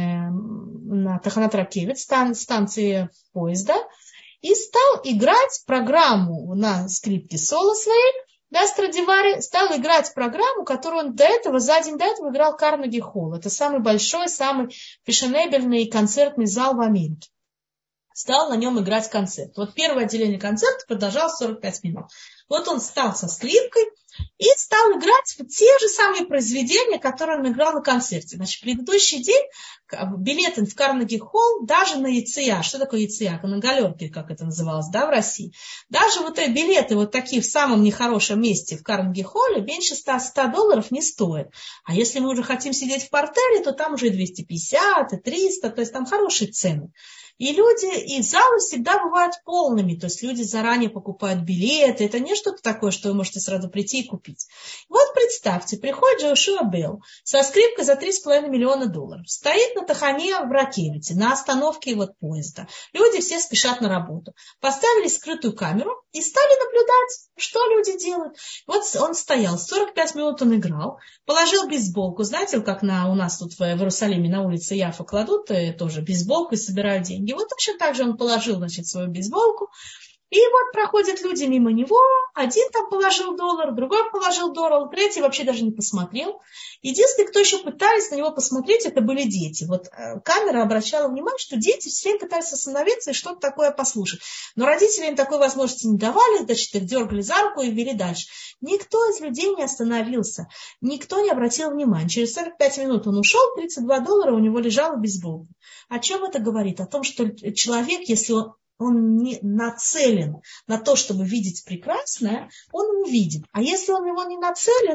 на Таханат Ракевец, станции поезда, и стал играть программу на скрипке соло своей. Да, Страдивари стал играть программу, которую он за день до этого играл Карнеги Холл. Это самый большой, самый фешенебельный концертный зал в Америке. Стал на нем играть концерт. Вот первое отделение концерта продолжалось 45 минут. Вот он стал со скрипкой и стал играть те же самые произведения, которые он играл на концерте. Значит, в предыдущий день билеты в Карнеги Холл, даже на ЕЦЯ, что такое ЕЦЯ? На галерке, как это называлось, да, в России. Даже вот эти билеты вот такие в самом нехорошем месте в Карнеги Холле меньше $100 не стоят. А если мы уже хотим сидеть в партере, то там уже и 250, и 300, то есть там хорошие цены. И залы всегда бывают полными, то есть люди заранее покупают билеты, это не что-то такое, что вы можете сразу прийти и купить. Вот представьте, приходит Джошуа Белл со скрипкой за $3,5 миллиона, стоит на Тахане в Ракевите, на остановке вот поезда. Люди все спешат на работу. Поставили скрытую камеру и стали наблюдать, что люди делают. Вот он стоял, 45 минут он играл, положил бейсболку, знаете, как у нас тут в Иерусалиме на улице Яфа кладут тоже бейсболку и собирают деньги. И вот точно так же он положил, значит, свою бейсболку. И вот проходят люди мимо него. Один там положил $1, другой положил $1, третий вообще даже не посмотрел. Единственные, кто еще пытались на него посмотреть, это были дети. Вот камера обращала внимание, что дети все время пытались остановиться и что-то такое послушать. Но родители им такой возможности не давали, значит, их дергали за руку и вели дальше. Никто из людей не остановился, никто не обратил внимания. Через 45 минут он ушел, $32 у него лежала бейсболка. О чем это говорит? О том, что человек, если он не нацелен на то, чтобы видеть прекрасное, он увидит. А если он его не нацелен,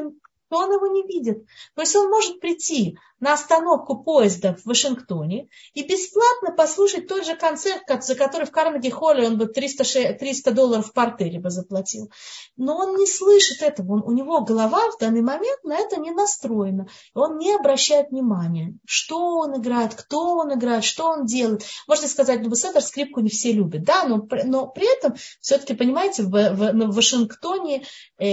то он его не видит. То есть он может прийти на остановку поезда в Вашингтоне и бесплатно послушать тот же концерт, за который в Карнеги-холле он бы $300 в партере бы заплатил. Но он не слышит этого, у него голова в данный момент на это не настроена. Он не обращает внимания, что он играет, кто он играет, что он делает. Можно сказать, беседер скрипку не все любят, да, но при этом все-таки, понимаете, в Вашингтоне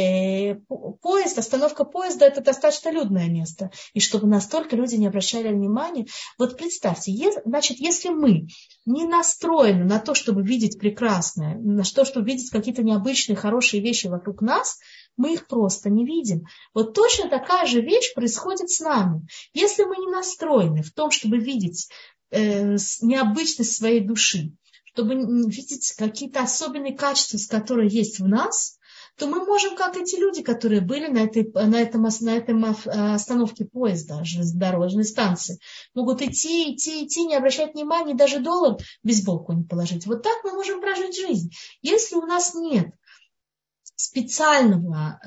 остановка поезда это достаточно людное место. И чтобы настолько люди не обращали внимания. Вот представьте, значит, если мы не настроены на то, чтобы видеть прекрасное, на то, чтобы видеть какие-то необычные, хорошие вещи вокруг нас, мы их просто не видим. Вот точно такая же вещь происходит с нами. Если мы не настроены в том, чтобы видеть необычность своей души, чтобы видеть какие-то особенные качества, которые есть в нас, то мы можем, как эти люди, которые были на этом остановке поезда, железнодорожной станции, могут идти, не обращать внимания, даже доллар без боку не положить. Вот так мы можем прожить жизнь. Если у нас нет специального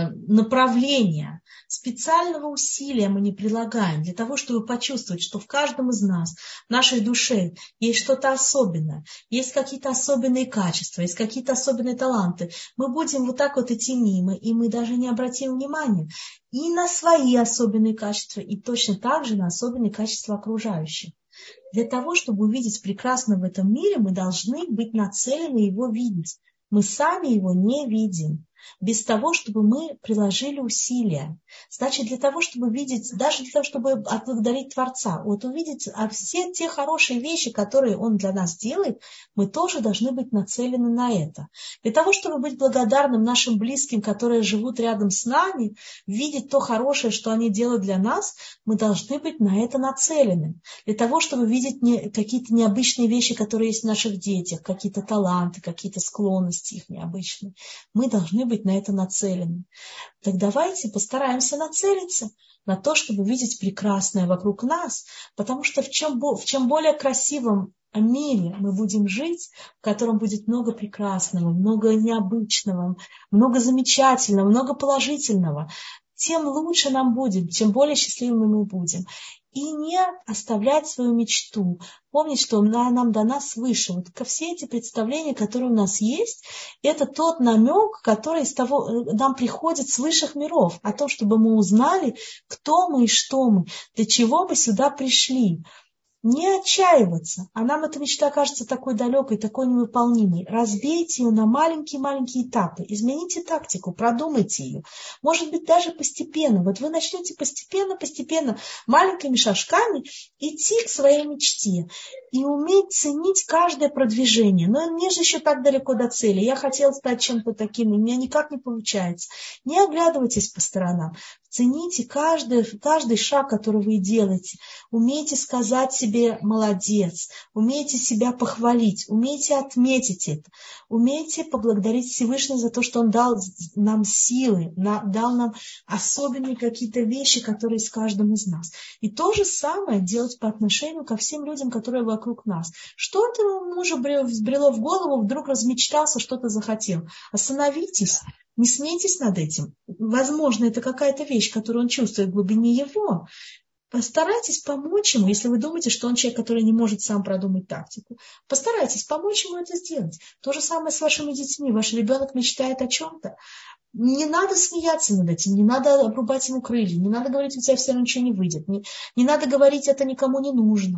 направления, специального усилия мы не прилагаем для того, чтобы почувствовать, что в каждом из нас, в нашей душе есть что-то особенное, есть какие-то особенные качества, есть какие-то особенные таланты. Мы будем вот так вот идти мимо, и мы даже не обратим внимания и на свои особенные качества, и точно так же на особенные качества окружающих. Для того, чтобы увидеть прекрасное в этом мире, мы должны быть нацелены его видеть. Мы сами его не видим, без того, чтобы мы приложили усилия. Значит, для того, чтобы видеть, даже для того, чтобы отблагодарить Творца, вот увидеть все те хорошие вещи, которые Он для нас делает, мы тоже должны быть нацелены на это. Для того, чтобы быть благодарным нашим близким, которые живут рядом с нами, видеть то хорошее, что они делают для нас, мы должны быть на это нацелены. Для того, чтобы видеть какие-то необычные вещи, которые есть в наших детях, какие-то таланты, какие-то склонности их необычные, мы должны быть на это нацелены. Так давайте постараемся нацелиться на то, чтобы видеть прекрасное вокруг нас, потому что в чем более красивом мире мы будем жить, в котором будет много прекрасного, много необычного, много замечательного, много положительного, тем лучше нам будет, тем более счастливыми мы будем. И не оставлять свою мечту. Помнить, что она нам дана свыше. Вот все эти представления, которые у нас есть, это тот намек, который нам приходит с высших миров, о том, чтобы мы узнали, кто мы и что мы, для чего мы сюда пришли. Не отчаиваться, а нам эта мечта кажется такой далекой, такой невыполнимой. Разбейте ее на маленькие-маленькие этапы, измените тактику, продумайте ее. Может быть, даже постепенно. Вот вы начнете постепенно, маленькими шажками идти к своей мечте и уметь ценить каждое продвижение. Но мне же еще так далеко до цели. Я хотела стать чем-то таким, и у меня никак не получается. Не оглядывайтесь по сторонам. Цените каждый шаг, который вы делаете. Умейте сказать себе «молодец», умейте себя похвалить, умейте отметить это, умейте поблагодарить Всевышнего за то, что Он дал нам силы, дал нам особенные какие-то вещи, которые есть в каждом из нас. И то же самое делать по отношению ко всем людям, которые вокруг нас. Что этому мужу взбрело в голову, вдруг размечтался, что-то захотел. Остановитесь. Не смейтесь над этим. Возможно, это какая-то вещь, которую он чувствует в глубине его. Постарайтесь помочь ему, если вы думаете, что он человек, который не может сам продумать тактику. Постарайтесь помочь ему это сделать. То же самое с вашими детьми. Ваш ребенок мечтает о чем-то. Не надо смеяться над этим, не надо обрубать ему крылья, не надо говорить, у тебя все равно ничего не выйдет. Не надо говорить, это никому не нужно.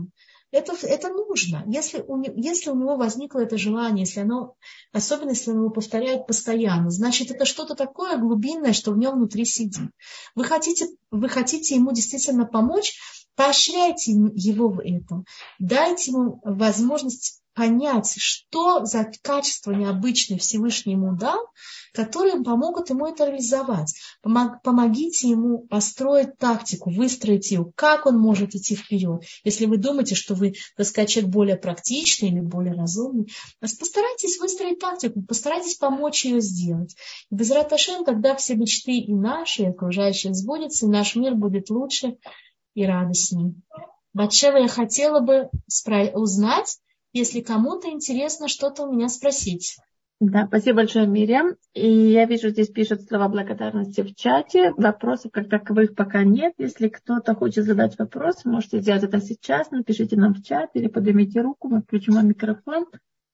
Это нужно. Если у него возникло это желание, особенно если он его повторяет постоянно, значит, это что-то такое глубинное, что в нем внутри сидит. Вы хотите ему действительно помочь, поощряйте его в этом. Дайте ему возможность понять, что за качество необычное Всевышний ему дал, которые помогут ему это реализовать. Помогите ему построить тактику, выстроить ее, как он может идти вперед. Если вы думаете, что вы, так сказать, человек более практичный или более разумный, постарайтесь выстроить тактику, постарайтесь помочь ее сделать. И Безрат Ашем, тогда все мечты и наши, и окружающие сбудутся, и наш мир будет лучше и радостнее. Батшева, я хотела бы узнать, если кому-то интересно что-то у меня спросить. Да, спасибо большое, Мирьям. И я вижу, здесь пишут слова благодарности в чате. Вопросов как таковых пока нет. Если кто-то хочет задать вопрос, можете сделать это сейчас. Напишите нам в чат или поднимите руку, мы включим вам микрофон.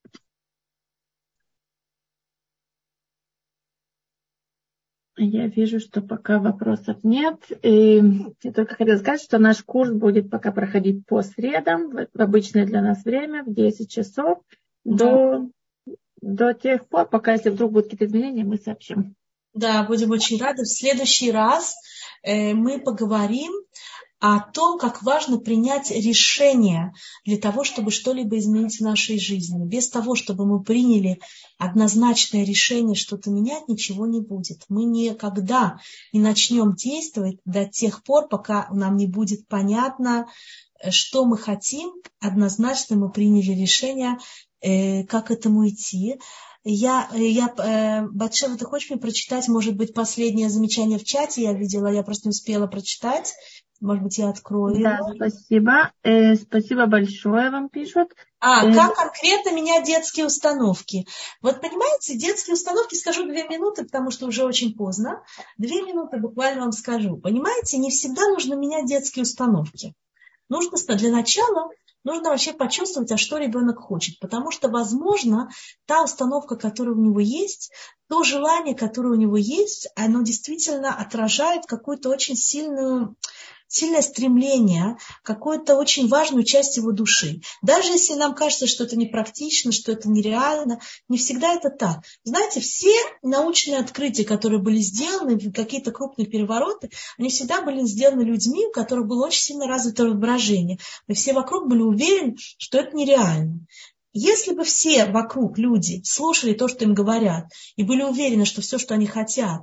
Я вижу, что пока вопросов нет. И я только хотела сказать, что наш курс будет пока проходить по средам, в обычное для нас время, в 10 часов, Да. до тех пор, пока, если вдруг будут какие-то изменения, мы сообщим. Да, будем очень рады. В следующий раз мы поговорим о том, как важно принять решение для того, чтобы что-либо изменить в нашей жизни. Без того, чтобы мы приняли однозначное решение что-то менять, ничего не будет. Мы никогда не начнем действовать до тех пор, пока нам не будет понятно, что мы хотим. Однозначно мы приняли решение, как к этому идти. Батшева, ты хочешь мне прочитать, может быть, последнее замечание в чате? Я видела, я просто не успела прочитать. Может быть, я открою Да, его. спасибо. Спасибо большое, вам пишут. Как конкретно менять детские установки? Вот понимаете, детские установки, скажу 2 минуты, потому что уже очень поздно. 2 минуты буквально вам скажу. Понимаете, не всегда нужно менять детские установки. Для начала нужно вообще почувствовать, а что ребенок хочет. Потому что, возможно, та установка, которая у него есть, то желание, которое у него есть, оно действительно отражает какую-то очень сильное стремление, какую-то очень важную часть его души. Даже если нам кажется, что это непрактично, что это нереально, не всегда это так. Знаете, все научные открытия, которые были сделаны, какие-то крупные перевороты, они всегда были сделаны людьми, у которых было очень сильно развито воображение. И все вокруг были уверены, что это нереально. Если бы все вокруг люди слушали то, что им говорят, и были уверены, что все, что они хотят,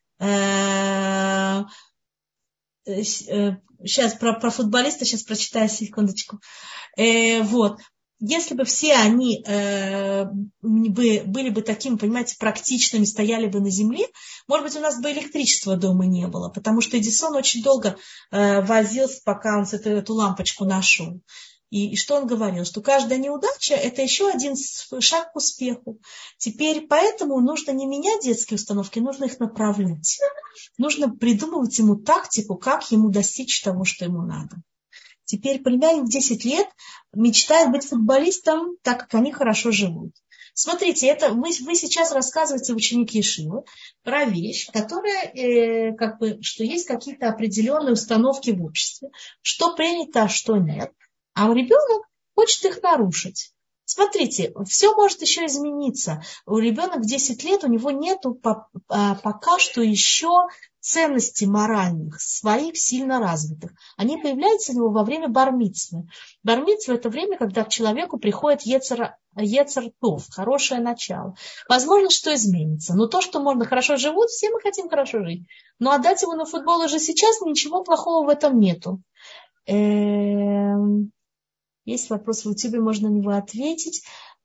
сейчас про футболиста сейчас прочитаю, секундочку. Если бы все они были бы такими, понимаете, практичными, стояли бы на земле, может быть, у нас бы электричества дома не было, потому что Эдисон очень долго возился, пока он эту лампочку нашел. И что он говорил? Что каждая неудача – это еще один шаг к успеху. Теперь поэтому нужно не менять детские установки, нужно их направлять. Нужно придумывать ему тактику, как ему достичь того, что ему надо. Теперь племянник в 10 лет мечтает быть футболистом, так как они хорошо живут. Смотрите, вы сейчас рассказываете, ученик Ешивы, про вещь, которая, что есть какие-то определенные установки в обществе, что принято, а что нет. А ребенок хочет их нарушить. Смотрите, все может еще измениться. У ребенка в 10 лет, у него нету пока что еще ценностей моральных, своих сильно развитых. Они появляются у него во время бар-мицвы. Бар-мицва – это время, когда к человеку приходит йецер тов, хорошее начало. Возможно, что изменится. Но то, что можно хорошо живут, все мы хотим хорошо жить. Но отдать его на футбол уже сейчас, ничего плохого в этом нету. Есть вопрос в YouTube, можно на него ответить.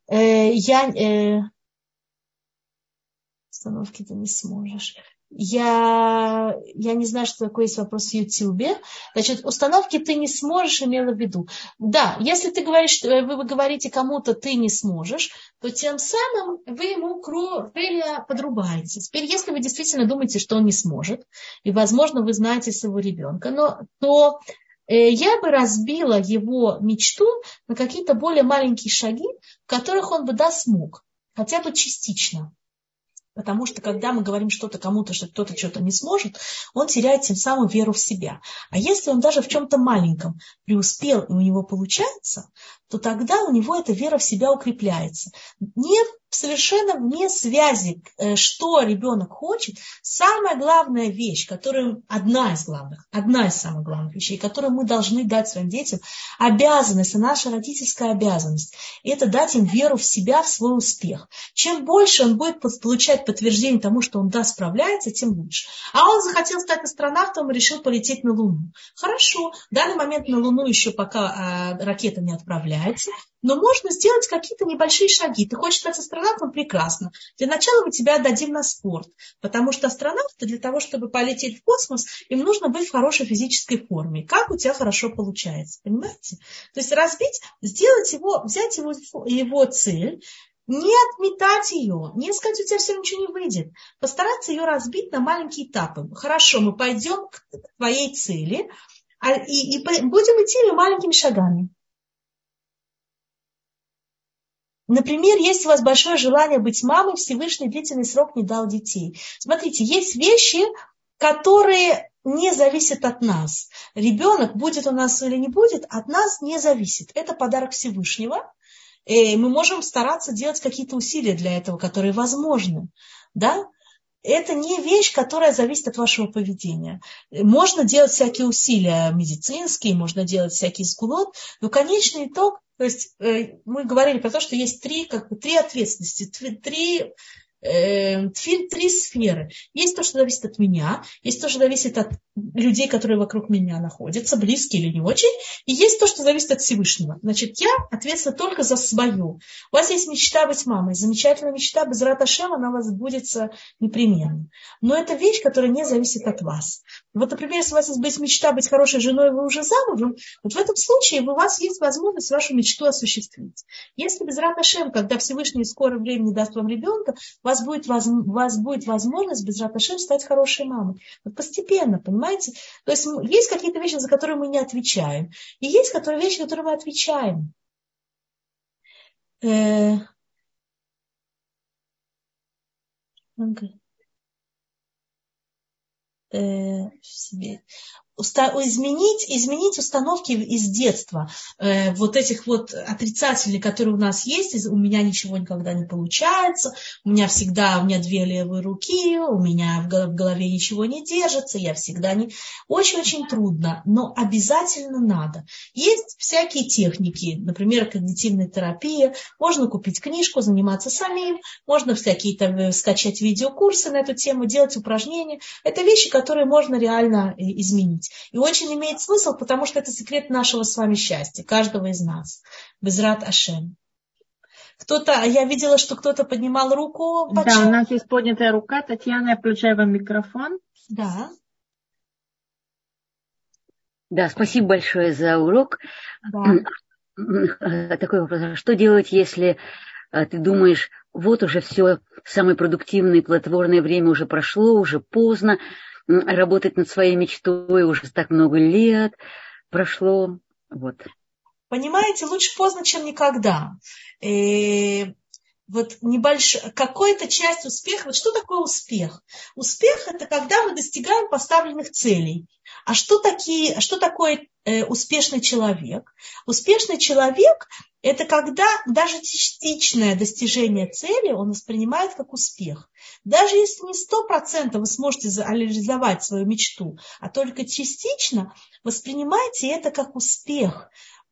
Установки ты не сможешь. Я не знаю, что такое есть вопрос в YouTube. Значит, установки ты не сможешь, имела в виду. Да, если ты говоришь, что вы говорите кому-то ты не сможешь, то тем самым вы ему крылья подрубаете. Теперь, если вы действительно думаете, что он не сможет, и, возможно, вы знаете своего ребенка, то я бы разбила его мечту на какие-то более маленькие шаги, в которых он бы смог, хотя бы частично. Потому что, когда мы говорим что-то кому-то, что кто-то что-то не сможет, он теряет тем самым веру в себя. А если он даже в чем-то маленьком преуспел, и у него получается, то тогда у него эта вера в себя укрепляется. Совершенно вне связи, что ребенок хочет, самая главная вещь, одна из самых главных вещей, которую мы должны дать своим детям, обязанность, наша родительская обязанность, это дать им веру в себя, в свой успех. Чем больше он будет получать подтверждение тому, что он справляется, тем лучше. А он захотел стать астронавтом и решил полететь на Луну. Хорошо, в данный момент на Луну еще пока ракета не отправляется, но можно сделать какие-то небольшие шаги. Ты хочешь стать астронавтом? Прекрасно. Для начала мы тебя отдадим на спорт, потому что астронавты для того, чтобы полететь в космос, им нужно быть в хорошей физической форме. Как у тебя хорошо получается, понимаете? То есть взять его цель, Не отметать ее, не сказать, у тебя все ничего не выйдет. Постараться ее разбить на маленькие этапы. Хорошо, мы пойдем к твоей цели и будем идти ее маленькими шагами. Например, есть у вас большое желание быть мамой, Всевышний длительный срок не дал детей. Смотрите, есть вещи, которые не зависят от нас. Ребенок, будет у нас или не будет, от нас не зависит. Это подарок Всевышнего. И мы можем стараться делать какие-то усилия для этого, которые возможны. Да? Это не вещь, которая зависит от вашего поведения. Можно делать всякие усилия медицинские, можно делать всякие скулот, но конечный итог, то есть мы говорили про то, что есть три ответственности, три сферы. Есть то, что зависит от меня, есть то, что зависит от людей, которые вокруг меня находятся, близкие или не очень, и есть то, что зависит от Всевышнего. Значит, я ответственна только за свою. У вас есть мечта быть мамой, замечательная мечта, без рата Шем, она у вас сбудется непременно. Но это вещь, которая не зависит от вас. Вот, например, если у вас есть мечта быть хорошей женой, вы уже замужем, вот в этом случае у вас есть возможность вашу мечту осуществить. Если без рата Шем, когда Всевышний в скором времени даст вам ребенка, у вас будет возможность без рата Шем стать хорошей мамой. Вот постепенно, понимаете? То есть есть какие-то вещи, за которые мы не отвечаем. И есть вещи, за которые мы отвечаем. Изменить установки из детства, вот этих вот отрицательных, которые у нас есть, у меня ничего никогда не получается, у меня две левые руки, у меня в голове ничего не держится, я всегда не... Очень-очень трудно, но обязательно надо. Есть всякие техники, например, когнитивная терапия, можно купить книжку, заниматься самим, можно всякие скачать видеокурсы на эту тему, делать упражнения. Это вещи, которые можно реально изменить. И очень имеет смысл, потому что это секрет нашего с вами счастья, каждого из нас. Безрат Ашем. Я видела, что кто-то поднимал руку. Да, у нас есть поднятая рука. Татьяна, я включаю вам микрофон. Да. Да, спасибо большое за урок. Да. Такой вопрос. Что делать, если ты думаешь, вот уже все, самое продуктивное, плодотворное время уже прошло, уже поздно, работать над своей мечтой уже так много лет прошло. Вот. Понимаете, лучше поздно, чем никогда. Вот какая-то часть успеха. Вот что такое успех? Успех – это когда мы достигаем поставленных целей. А что такое успешный человек? Успешный человек – это когда даже частичное достижение цели он воспринимает как успех. Даже если не 100% вы сможете реализовать свою мечту, а только частично, воспринимайте это как успех.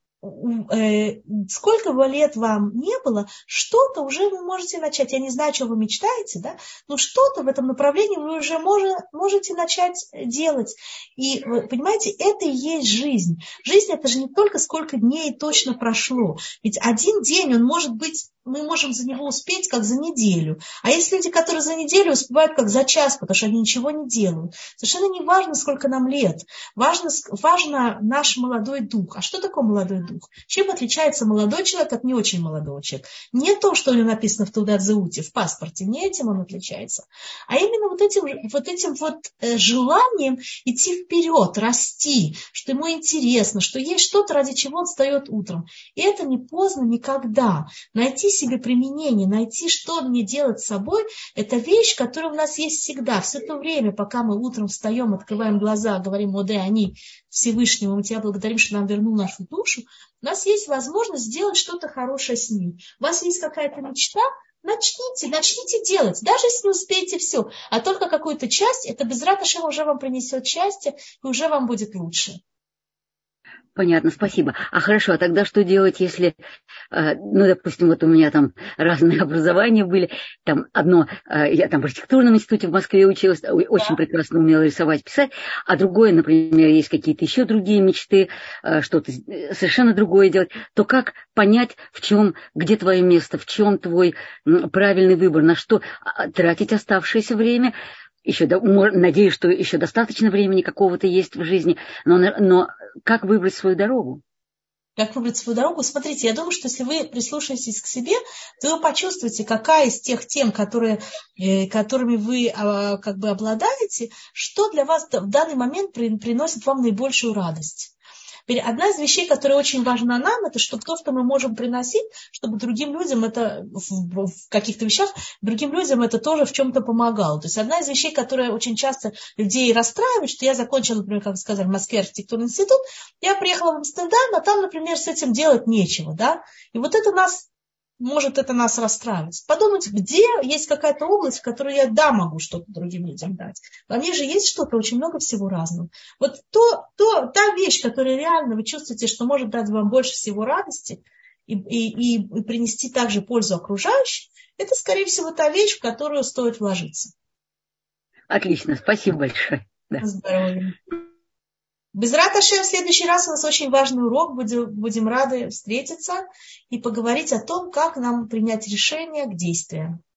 Сколько бы лет вам не было, что-то уже вы можете начать. Я не знаю, о чем вы мечтаете, да? Но что-то в этом направлении вы уже можете начать делать. И, понимаете, это и есть жизнь. Жизнь – это же не только сколько дней точно прошло. Ведь один день, он может быть, мы можем за него успеть, как за неделю. А есть люди, которые за неделю успевают, как за час, потому что они ничего не делают. Совершенно не важно, сколько нам лет. Важно наш молодой дух. А что такое молодой дух? Чем отличается молодой человек от не очень молодого человека? Не то, что у него написано в Тудат-Зауте, в паспорте, не этим он отличается, а именно вот этим желанием идти вперед, расти, что ему интересно, что есть что-то, ради чего он встает утром. И это не поздно никогда. Найти себе применение, найти, что мне делать с собой, это вещь, которая у нас есть всегда. Все то время, пока мы утром встаем, открываем глаза, говорим: «О, да, они Всевышнему, мы тебя благодарим, что нам вернул нашу душу», у нас есть возможность сделать что-то хорошее с ним. У вас есть какая-то мечта, начните делать. Даже если не успеете все, а только какую-то часть, это без рата Шем уже вам принесет счастье, и уже вам будет лучше. Понятно, спасибо. А хорошо, а тогда что делать, если, допустим, вот у меня там разные образования были, там одно, я там в архитектурном институте в Москве училась, очень прекрасно умела рисовать, писать, а другое, например, есть какие-то еще другие мечты, что-то совершенно другое делать, то как понять, где твое место, в чем твой правильный выбор, на что тратить оставшееся время? Еще, надеюсь, что еще достаточно времени какого-то есть в жизни, но как выбрать свою дорогу? Как выбрать свою дорогу? Смотрите, я думаю, что если вы прислушаетесь к себе, то вы почувствуете, какая из тех тем, которыми вы как бы обладаете, что для вас в данный момент приносит вам наибольшую радость. Одна из вещей, которая очень важна нам, это чтобы то, что мы можем приносить, чтобы другим людям это в каких-то вещах, другим людям это тоже в чем-то помогало. То есть одна из вещей, которая очень часто людей расстраивает, что я закончила, например, как сказали, в Москве архитектурный институт, я приехала в Амстердам, а там, например, с этим делать нечего, да, и вот это нас расстраивать. Подумать, где есть какая-то область, в которой я, могу что-то другим людям дать. Во мне же есть что-то, очень много всего разного. Вот та вещь, которая реально вы чувствуете, что может дать вам больше всего радости и принести также пользу окружающим, это, скорее всего, та вещь, в которую стоит вложиться. Отлично, спасибо большое. Да. Здоровья. Безрат Ашем, в следующий раз у нас очень важный урок. Будем рады встретиться и поговорить о том, как нам принять решение к действиям.